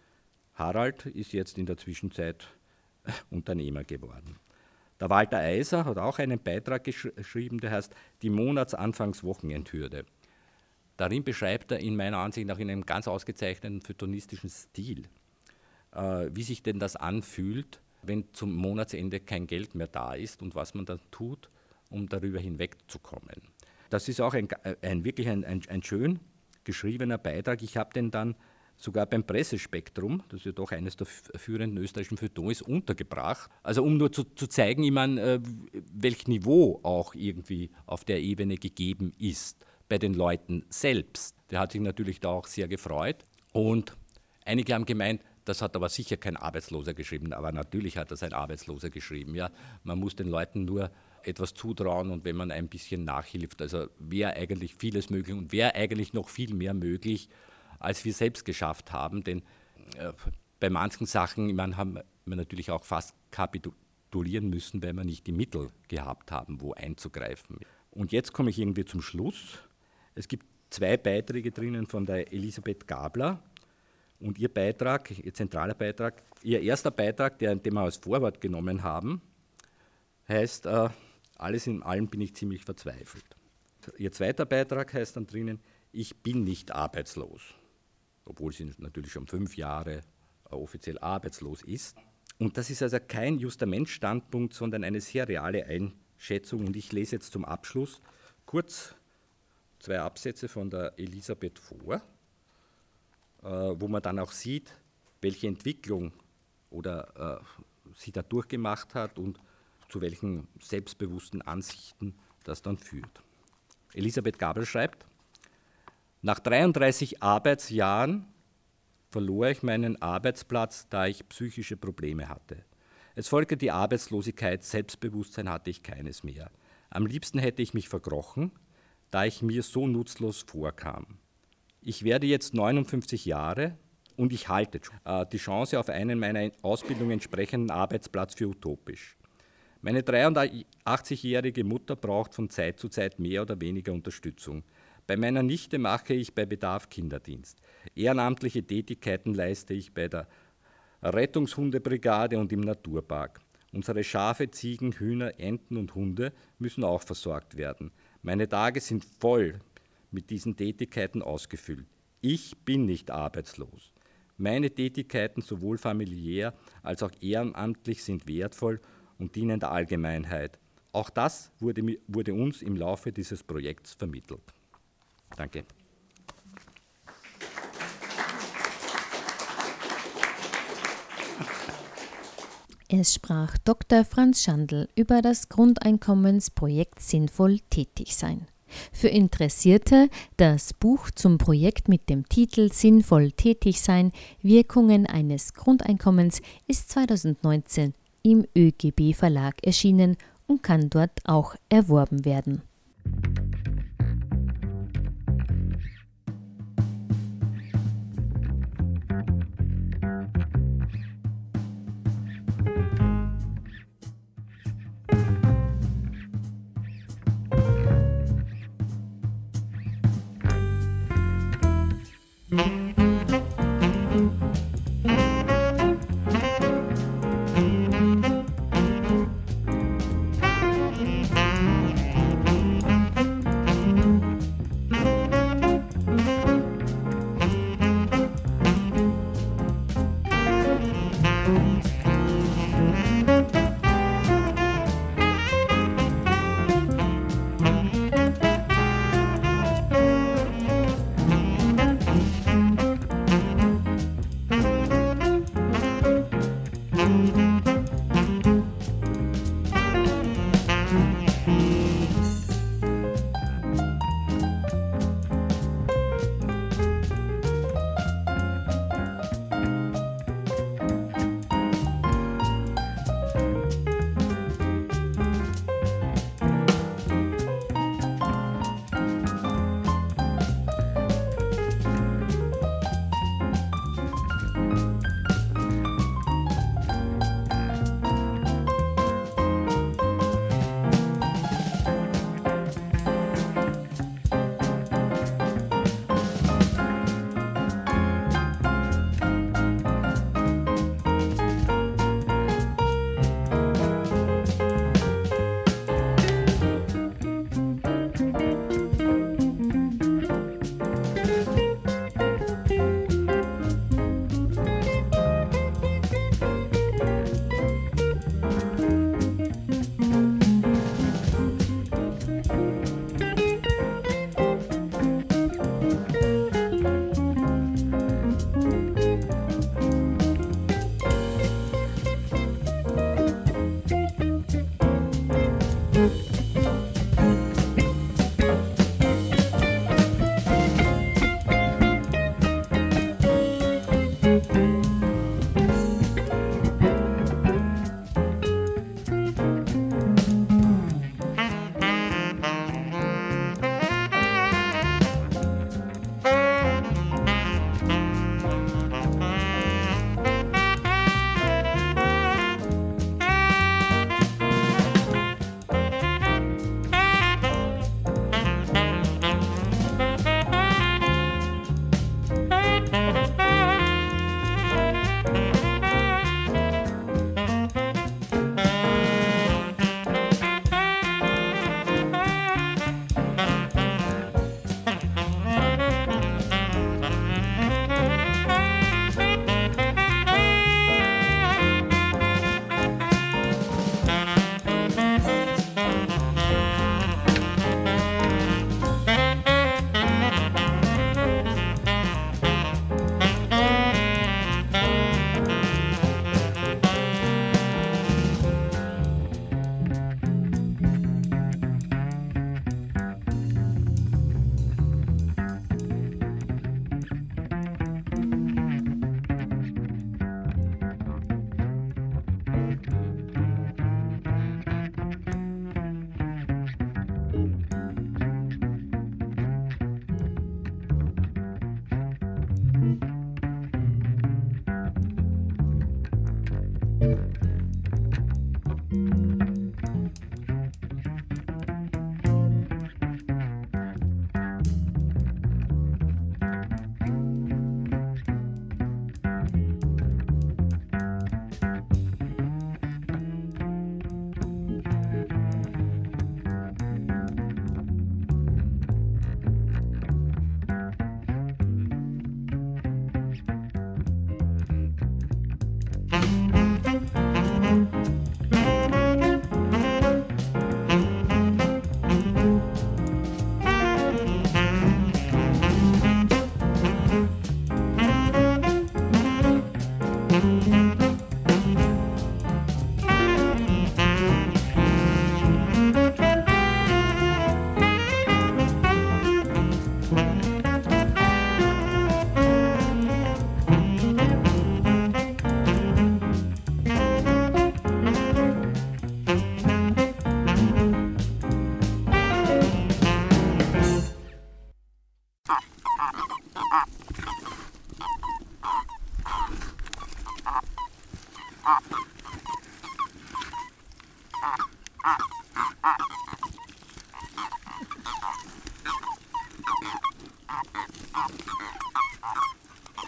Harald ist jetzt in der Zwischenzeit Unternehmer geworden. Der Walter Eiser hat auch einen Beitrag geschrieben, der heißt Die Monatsanfangswochenendhürde. Darin beschreibt er in meiner Ansicht nach in einem ganz ausgezeichneten feuilletonistischen Stil, wie sich denn das anfühlt, wenn zum Monatsende kein Geld mehr da ist und was man dann tut, um darüber hinwegzukommen. Das ist auch wirklich ein schön geschriebener Beitrag. Ich habe den dann sogar beim Pressespektrum, das ja doch eines der führenden österreichischen Feuilletons ist, untergebracht. Also um nur zu zeigen, ich meine, welches Niveau auch irgendwie auf der Ebene gegeben ist bei den Leuten selbst. Der hat sich natürlich da auch sehr gefreut. Und einige haben gemeint, das hat aber sicher kein Arbeitsloser geschrieben, aber natürlich hat das ein Arbeitsloser geschrieben. Ja. Man muss den Leuten nur etwas zutrauen und wenn man ein bisschen nachhilft, also wäre eigentlich vieles möglich und wäre eigentlich noch viel mehr möglich, als wir selbst geschafft haben, denn bei manchen Sachen haben wir natürlich auch fast kapitulieren müssen, weil wir nicht die Mittel gehabt haben, wo einzugreifen. Und jetzt komme ich irgendwie zum Schluss. Es gibt 2 Beiträge drinnen von der Elisabeth Gabler und ihr Beitrag, ihr zentraler Beitrag, ihr erster Beitrag, den wir als Vorwort genommen haben, heißt, alles in allem bin ich ziemlich verzweifelt. Ihr zweiter Beitrag heißt dann drinnen, ich bin nicht arbeitslos. Obwohl sie natürlich schon 5 Jahre offiziell arbeitslos ist. Und das ist also kein Justament-Standpunkt, sondern eine sehr reale Einschätzung. Und ich lese jetzt zum Abschluss kurz 2 Absätze von der Elisabeth vor, wo man dann auch sieht, welche Entwicklung sie da durchgemacht hat und zu welchen selbstbewussten Ansichten das dann führt. Elisabeth Gabler schreibt, nach 33 Arbeitsjahren verlor ich meinen Arbeitsplatz, da ich psychische Probleme hatte. Es folgte die Arbeitslosigkeit, Selbstbewusstsein hatte ich keines mehr. Am liebsten hätte ich mich verkrochen, da ich mir so nutzlos vorkam. Ich werde jetzt 59 Jahre und ich halte die Chance auf einen meiner Ausbildung entsprechenden Arbeitsplatz für utopisch. Meine 83-jährige Mutter braucht von Zeit zu Zeit mehr oder weniger Unterstützung. Bei meiner Nichte mache ich bei Bedarf Kinderdienst. Ehrenamtliche Tätigkeiten leiste ich bei der Rettungshundebrigade und im Naturpark. Unsere Schafe, Ziegen, Hühner, Enten und Hunde müssen auch versorgt werden. Meine Tage sind voll mit diesen Tätigkeiten ausgefüllt. Ich bin nicht arbeitslos. Meine Tätigkeiten sowohl familiär als auch ehrenamtlich sind wertvoll und dienen der Allgemeinheit. Auch das wurde uns im Laufe dieses Projekts vermittelt. Danke. Es sprach Dr. Franz Schandl über das Grundeinkommensprojekt Sinnvoll tätig sein. Für Interessierte das Buch zum Projekt mit dem Titel Sinnvoll tätig sein, Wirkungen eines Grundeinkommens ist 2019 im ÖGB Verlag erschienen und kann dort auch erworben werden.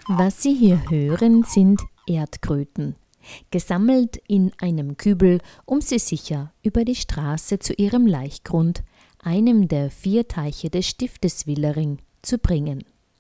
Was Sie hier hören, sind Erdkröten, gesammelt in einem Kübel, um sie sicher über die Straße zu ihrem Laichgrund, einem der 4 Teiche des Stiftes Willering, zu bringen.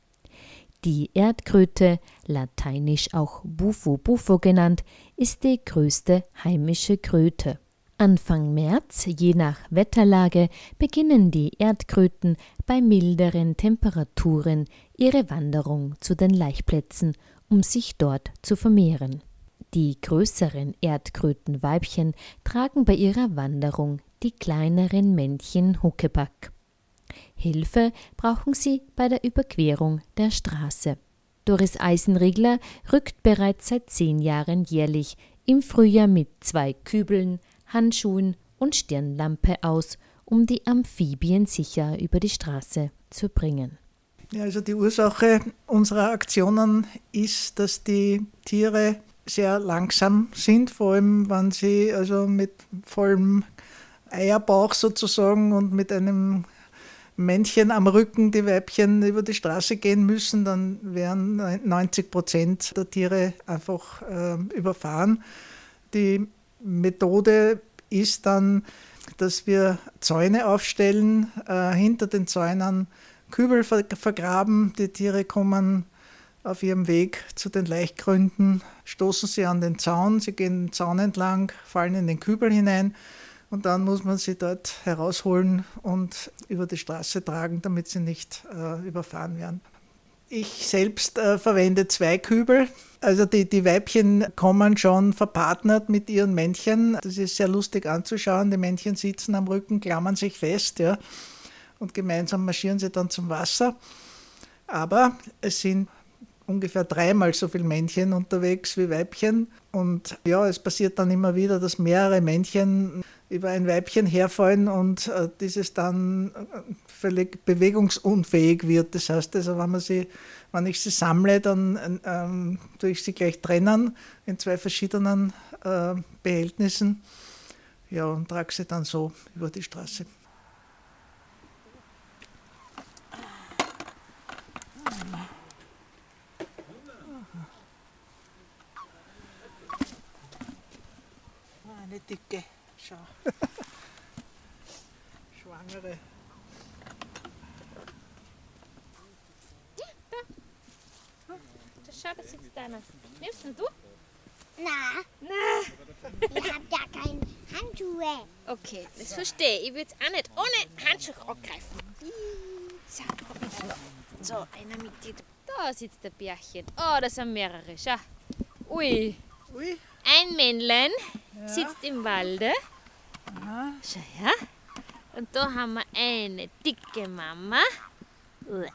Die Erdkröte, lateinisch auch Bufo bufo genannt, ist die größte heimische Kröte. Anfang März, je nach Wetterlage, beginnen die Erdkröten bei milderen Temperaturen ihre Wanderung zu den Laichplätzen, um sich dort zu vermehren. Die größeren Erdkrötenweibchen tragen bei ihrer Wanderung die kleineren Männchen Huckepack. Hilfe brauchen sie bei der Überquerung der Straße. Doris Eisenriegler rückt bereits seit 10 Jahren jährlich im Frühjahr mit 2 Kübeln, Handschuhen und Stirnlampe aus, um die Amphibien sicher über die Straße zu bringen. Ja, also die Ursache unserer Aktionen ist, dass die Tiere sehr langsam sind, vor allem wenn sie also mit vollem Eierbauch sozusagen und mit einem Männchen am Rücken die Weibchen über die Straße gehen müssen, dann werden 90% der Tiere einfach überfahren. Die Methode ist dann, dass wir Zäune aufstellen, hinter den Zäunen Kübel vergraben. Die Tiere kommen auf ihrem Weg zu den Laichgründen, stoßen sie an den Zaun, sie gehen den Zaun entlang, fallen in den Kübel hinein. Und dann muss man sie dort herausholen und über die Straße tragen, damit sie nicht überfahren werden. Ich selbst verwende 2 Kübel. Also die Weibchen kommen schon verpartnert mit ihren Männchen. Das ist sehr lustig anzuschauen. Die Männchen sitzen am Rücken, klammern sich fest, ja, und gemeinsam marschieren sie dann zum Wasser. Aber es sind ungefähr 3-mal so viele Männchen unterwegs wie Weibchen. Und ja, es passiert dann immer wieder, dass mehrere Männchen über ein Weibchen herfallen und dieses dann völlig bewegungsunfähig wird. Das heißt also, wenn ich sie sammle, dann tue ich sie gleich trennen in 2 verschiedenen Behältnissen, ja, und trage sie dann so über die Straße. Eine dicke, schau. Schwangere. Schau, da sitzt einer. Nimmst du? Na, ich hab ja keine Handschuhe. Okay, das verstehe ich. Ich würde es auch nicht ohne Handschuhe angreifen. So, so, einer mit dir. Da sitzt der Bärchen. Oh, das sind mehrere. Schau. Ui. Ui. Ein Männlein Ja. sitzt im Walde. Aha. Schau her. Und da haben wir eine dicke Mama. Und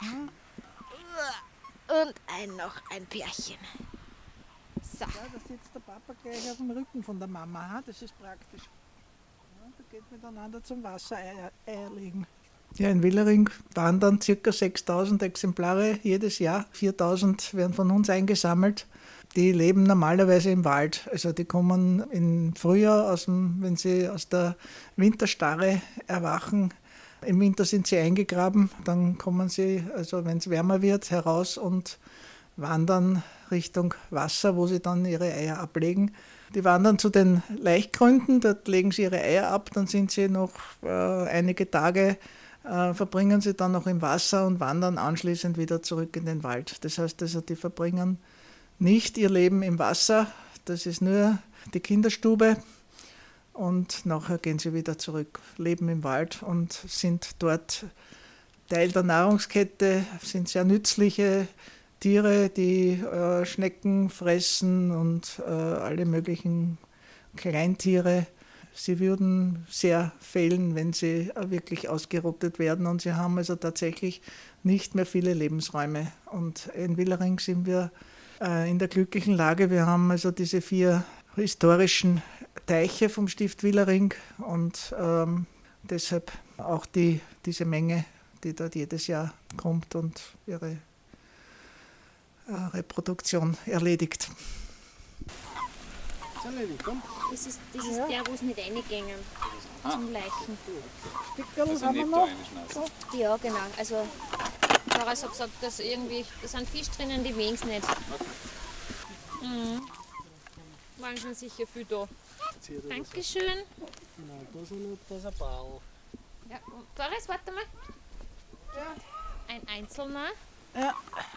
noch ein Pärchen. So. Ja, da sitzt der Papa gleich auf dem Rücken von der Mama. Ha? Das ist praktisch. Ja, da geht miteinander zum Wasser Eier legen. Ja, in Willering wandern ca. 6.000 Exemplare jedes Jahr. 4.000 werden von uns eingesammelt. Die leben normalerweise im Wald. Also die kommen im Frühjahr, wenn sie aus der Winterstarre erwachen. Im Winter sind sie eingegraben. Dann kommen sie, also wenn es wärmer wird, heraus und wandern Richtung Wasser, wo sie dann ihre Eier ablegen. Die wandern zu den Laichgründen, dort legen sie ihre Eier ab. Dann sind sie noch einige Tage, verbringen sie dann noch im Wasser und wandern anschließend wieder zurück in den Wald. Das heißt also, die verbringen nicht ihr Leben im Wasser, das ist nur die Kinderstube, und nachher gehen sie wieder zurück, leben im Wald und sind dort Teil der Nahrungskette, sind sehr nützliche Tiere, die Schnecken fressen und alle möglichen Kleintiere. Sie würden sehr fehlen, wenn sie wirklich ausgerottet werden, und sie haben also tatsächlich nicht mehr viele Lebensräume. Und in Willering sind wir in der glücklichen Lage. Wir haben also diese 4 historischen Teiche vom Stift Willering und deshalb auch diese Menge, die dort jedes Jahr kommt und ihre Reproduktion erledigt. Das ist der, wo es nicht reingängen. Zum Leichen. Stickerl haben wir noch. Ja, genau. Also Doris hat gesagt, dass irgendwie, da sind Fisch drinnen, die mögen es nicht. Mhm. Waren schon sicher viel da. Dankeschön. Genau, da ist ein Bau. Ja, Doris, warte mal. Ja. Ein einzelner. Ja.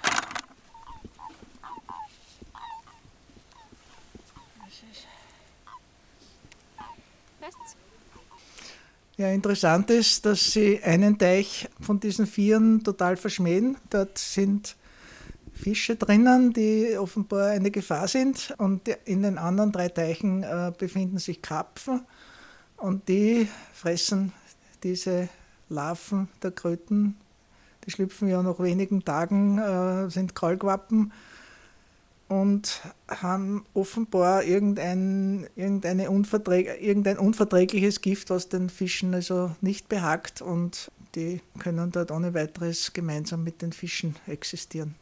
Passt's? Ja, interessant ist, dass sie einen Teich von diesen Vieren total verschmähen. Dort sind Fische drinnen, die offenbar eine Gefahr sind. Und in den anderen 3 Teichen befinden sich Karpfen. Und die fressen diese Larven der Kröten. Die schlüpfen ja nach wenigen Tagen, sind Kaulquappen und haben offenbar irgendein unverträgliches Gift, was den Fischen also nicht behagt, und die können dort ohne weiteres gemeinsam mit den Fischen existieren.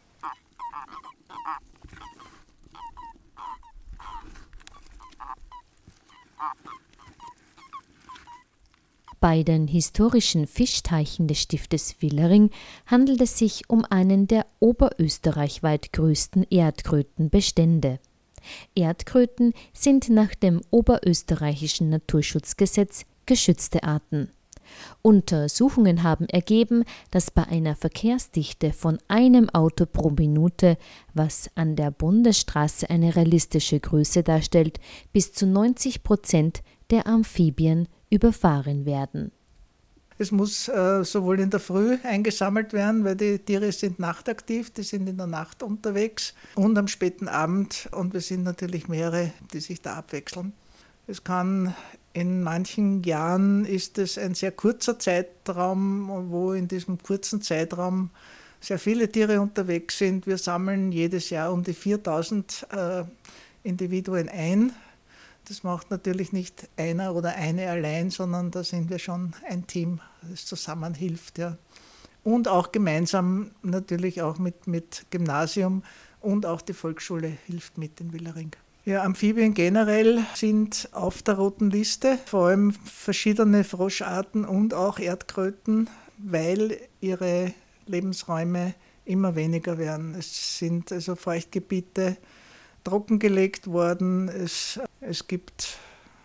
Bei den historischen Fischteichen des Stiftes Willering handelt es sich um einen der oberösterreichweit größten Erdkrötenbestände. Erdkröten sind nach dem Oberösterreichischen Naturschutzgesetz geschützte Arten. Untersuchungen haben ergeben, dass bei einer Verkehrsdichte von einem Auto pro Minute, was an der Bundesstraße eine realistische Größe darstellt, bis zu 90% der Amphibien überfahren werden. Es muss sowohl in der Früh eingesammelt werden, weil die Tiere sind nachtaktiv, die sind in der Nacht unterwegs, und am späten Abend, und wir sind natürlich mehrere, die sich da abwechseln. Es kann in manchen Jahren ist es ein sehr kurzer Zeitraum, wo in diesem kurzen Zeitraum sehr viele Tiere unterwegs sind. Wir sammeln jedes Jahr um die 4000 Individuen ein. Das macht natürlich nicht einer oder eine allein, sondern da sind wir schon ein Team, das zusammenhilft. Ja. Und auch gemeinsam natürlich auch mit Gymnasium, und auch die Volksschule hilft mit in Willering. Ja, Amphibien generell sind auf der roten Liste, vor allem verschiedene Froscharten und auch Erdkröten, weil ihre Lebensräume immer weniger werden. Es sind also Feuchtgebiete trockengelegt worden, es gibt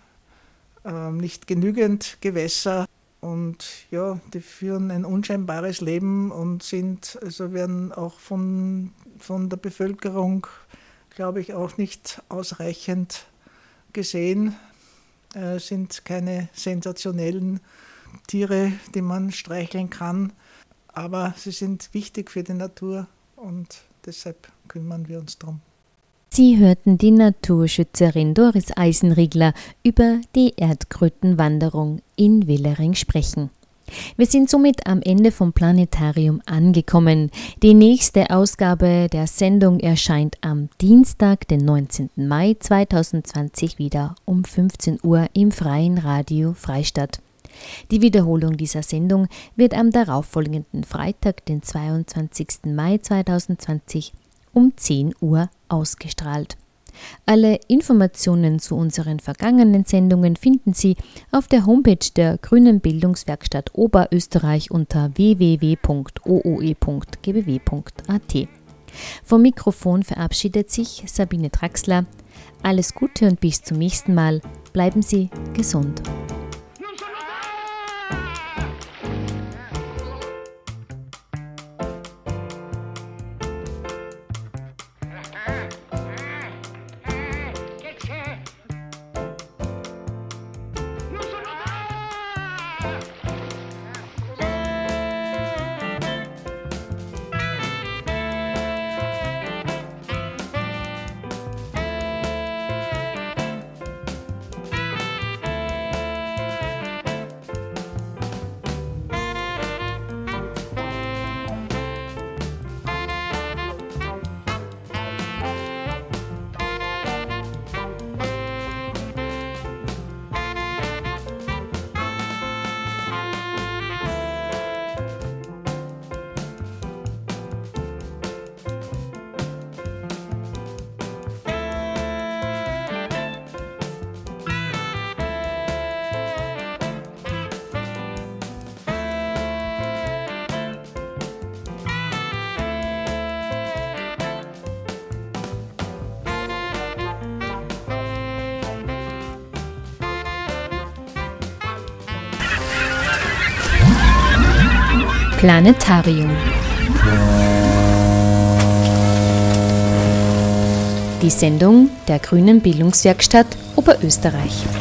nicht genügend Gewässer, und ja, die führen ein unscheinbares Leben und werden auch von der Bevölkerung, glaube ich, auch nicht ausreichend gesehen. Sind keine sensationellen Tiere, die man streicheln kann, aber sie sind wichtig für die Natur, und deshalb kümmern wir uns darum. Sie hörten die Naturschützerin Doris Eisenriegler über die Erdkrötenwanderung in Willering sprechen. Wir sind somit am Ende vom Planetarium angekommen. Die nächste Ausgabe der Sendung erscheint am Dienstag, den 19. Mai 2020 wieder um 15 Uhr im Freien Radio Freistadt. Die Wiederholung dieser Sendung wird am darauffolgenden Freitag, den 22. Mai 2020 um 10 Uhr ausgestrahlt. Alle Informationen zu unseren vergangenen Sendungen finden Sie auf der Homepage der Grünen Bildungswerkstatt Oberösterreich unter www.ooe.gbw.at. Vom Mikrofon verabschiedet sich Sabine Traxler. Alles Gute und bis zum nächsten Mal. Bleiben Sie gesund. Planetarium. Die Sendung der Grünen Bildungswerkstatt Oberösterreich.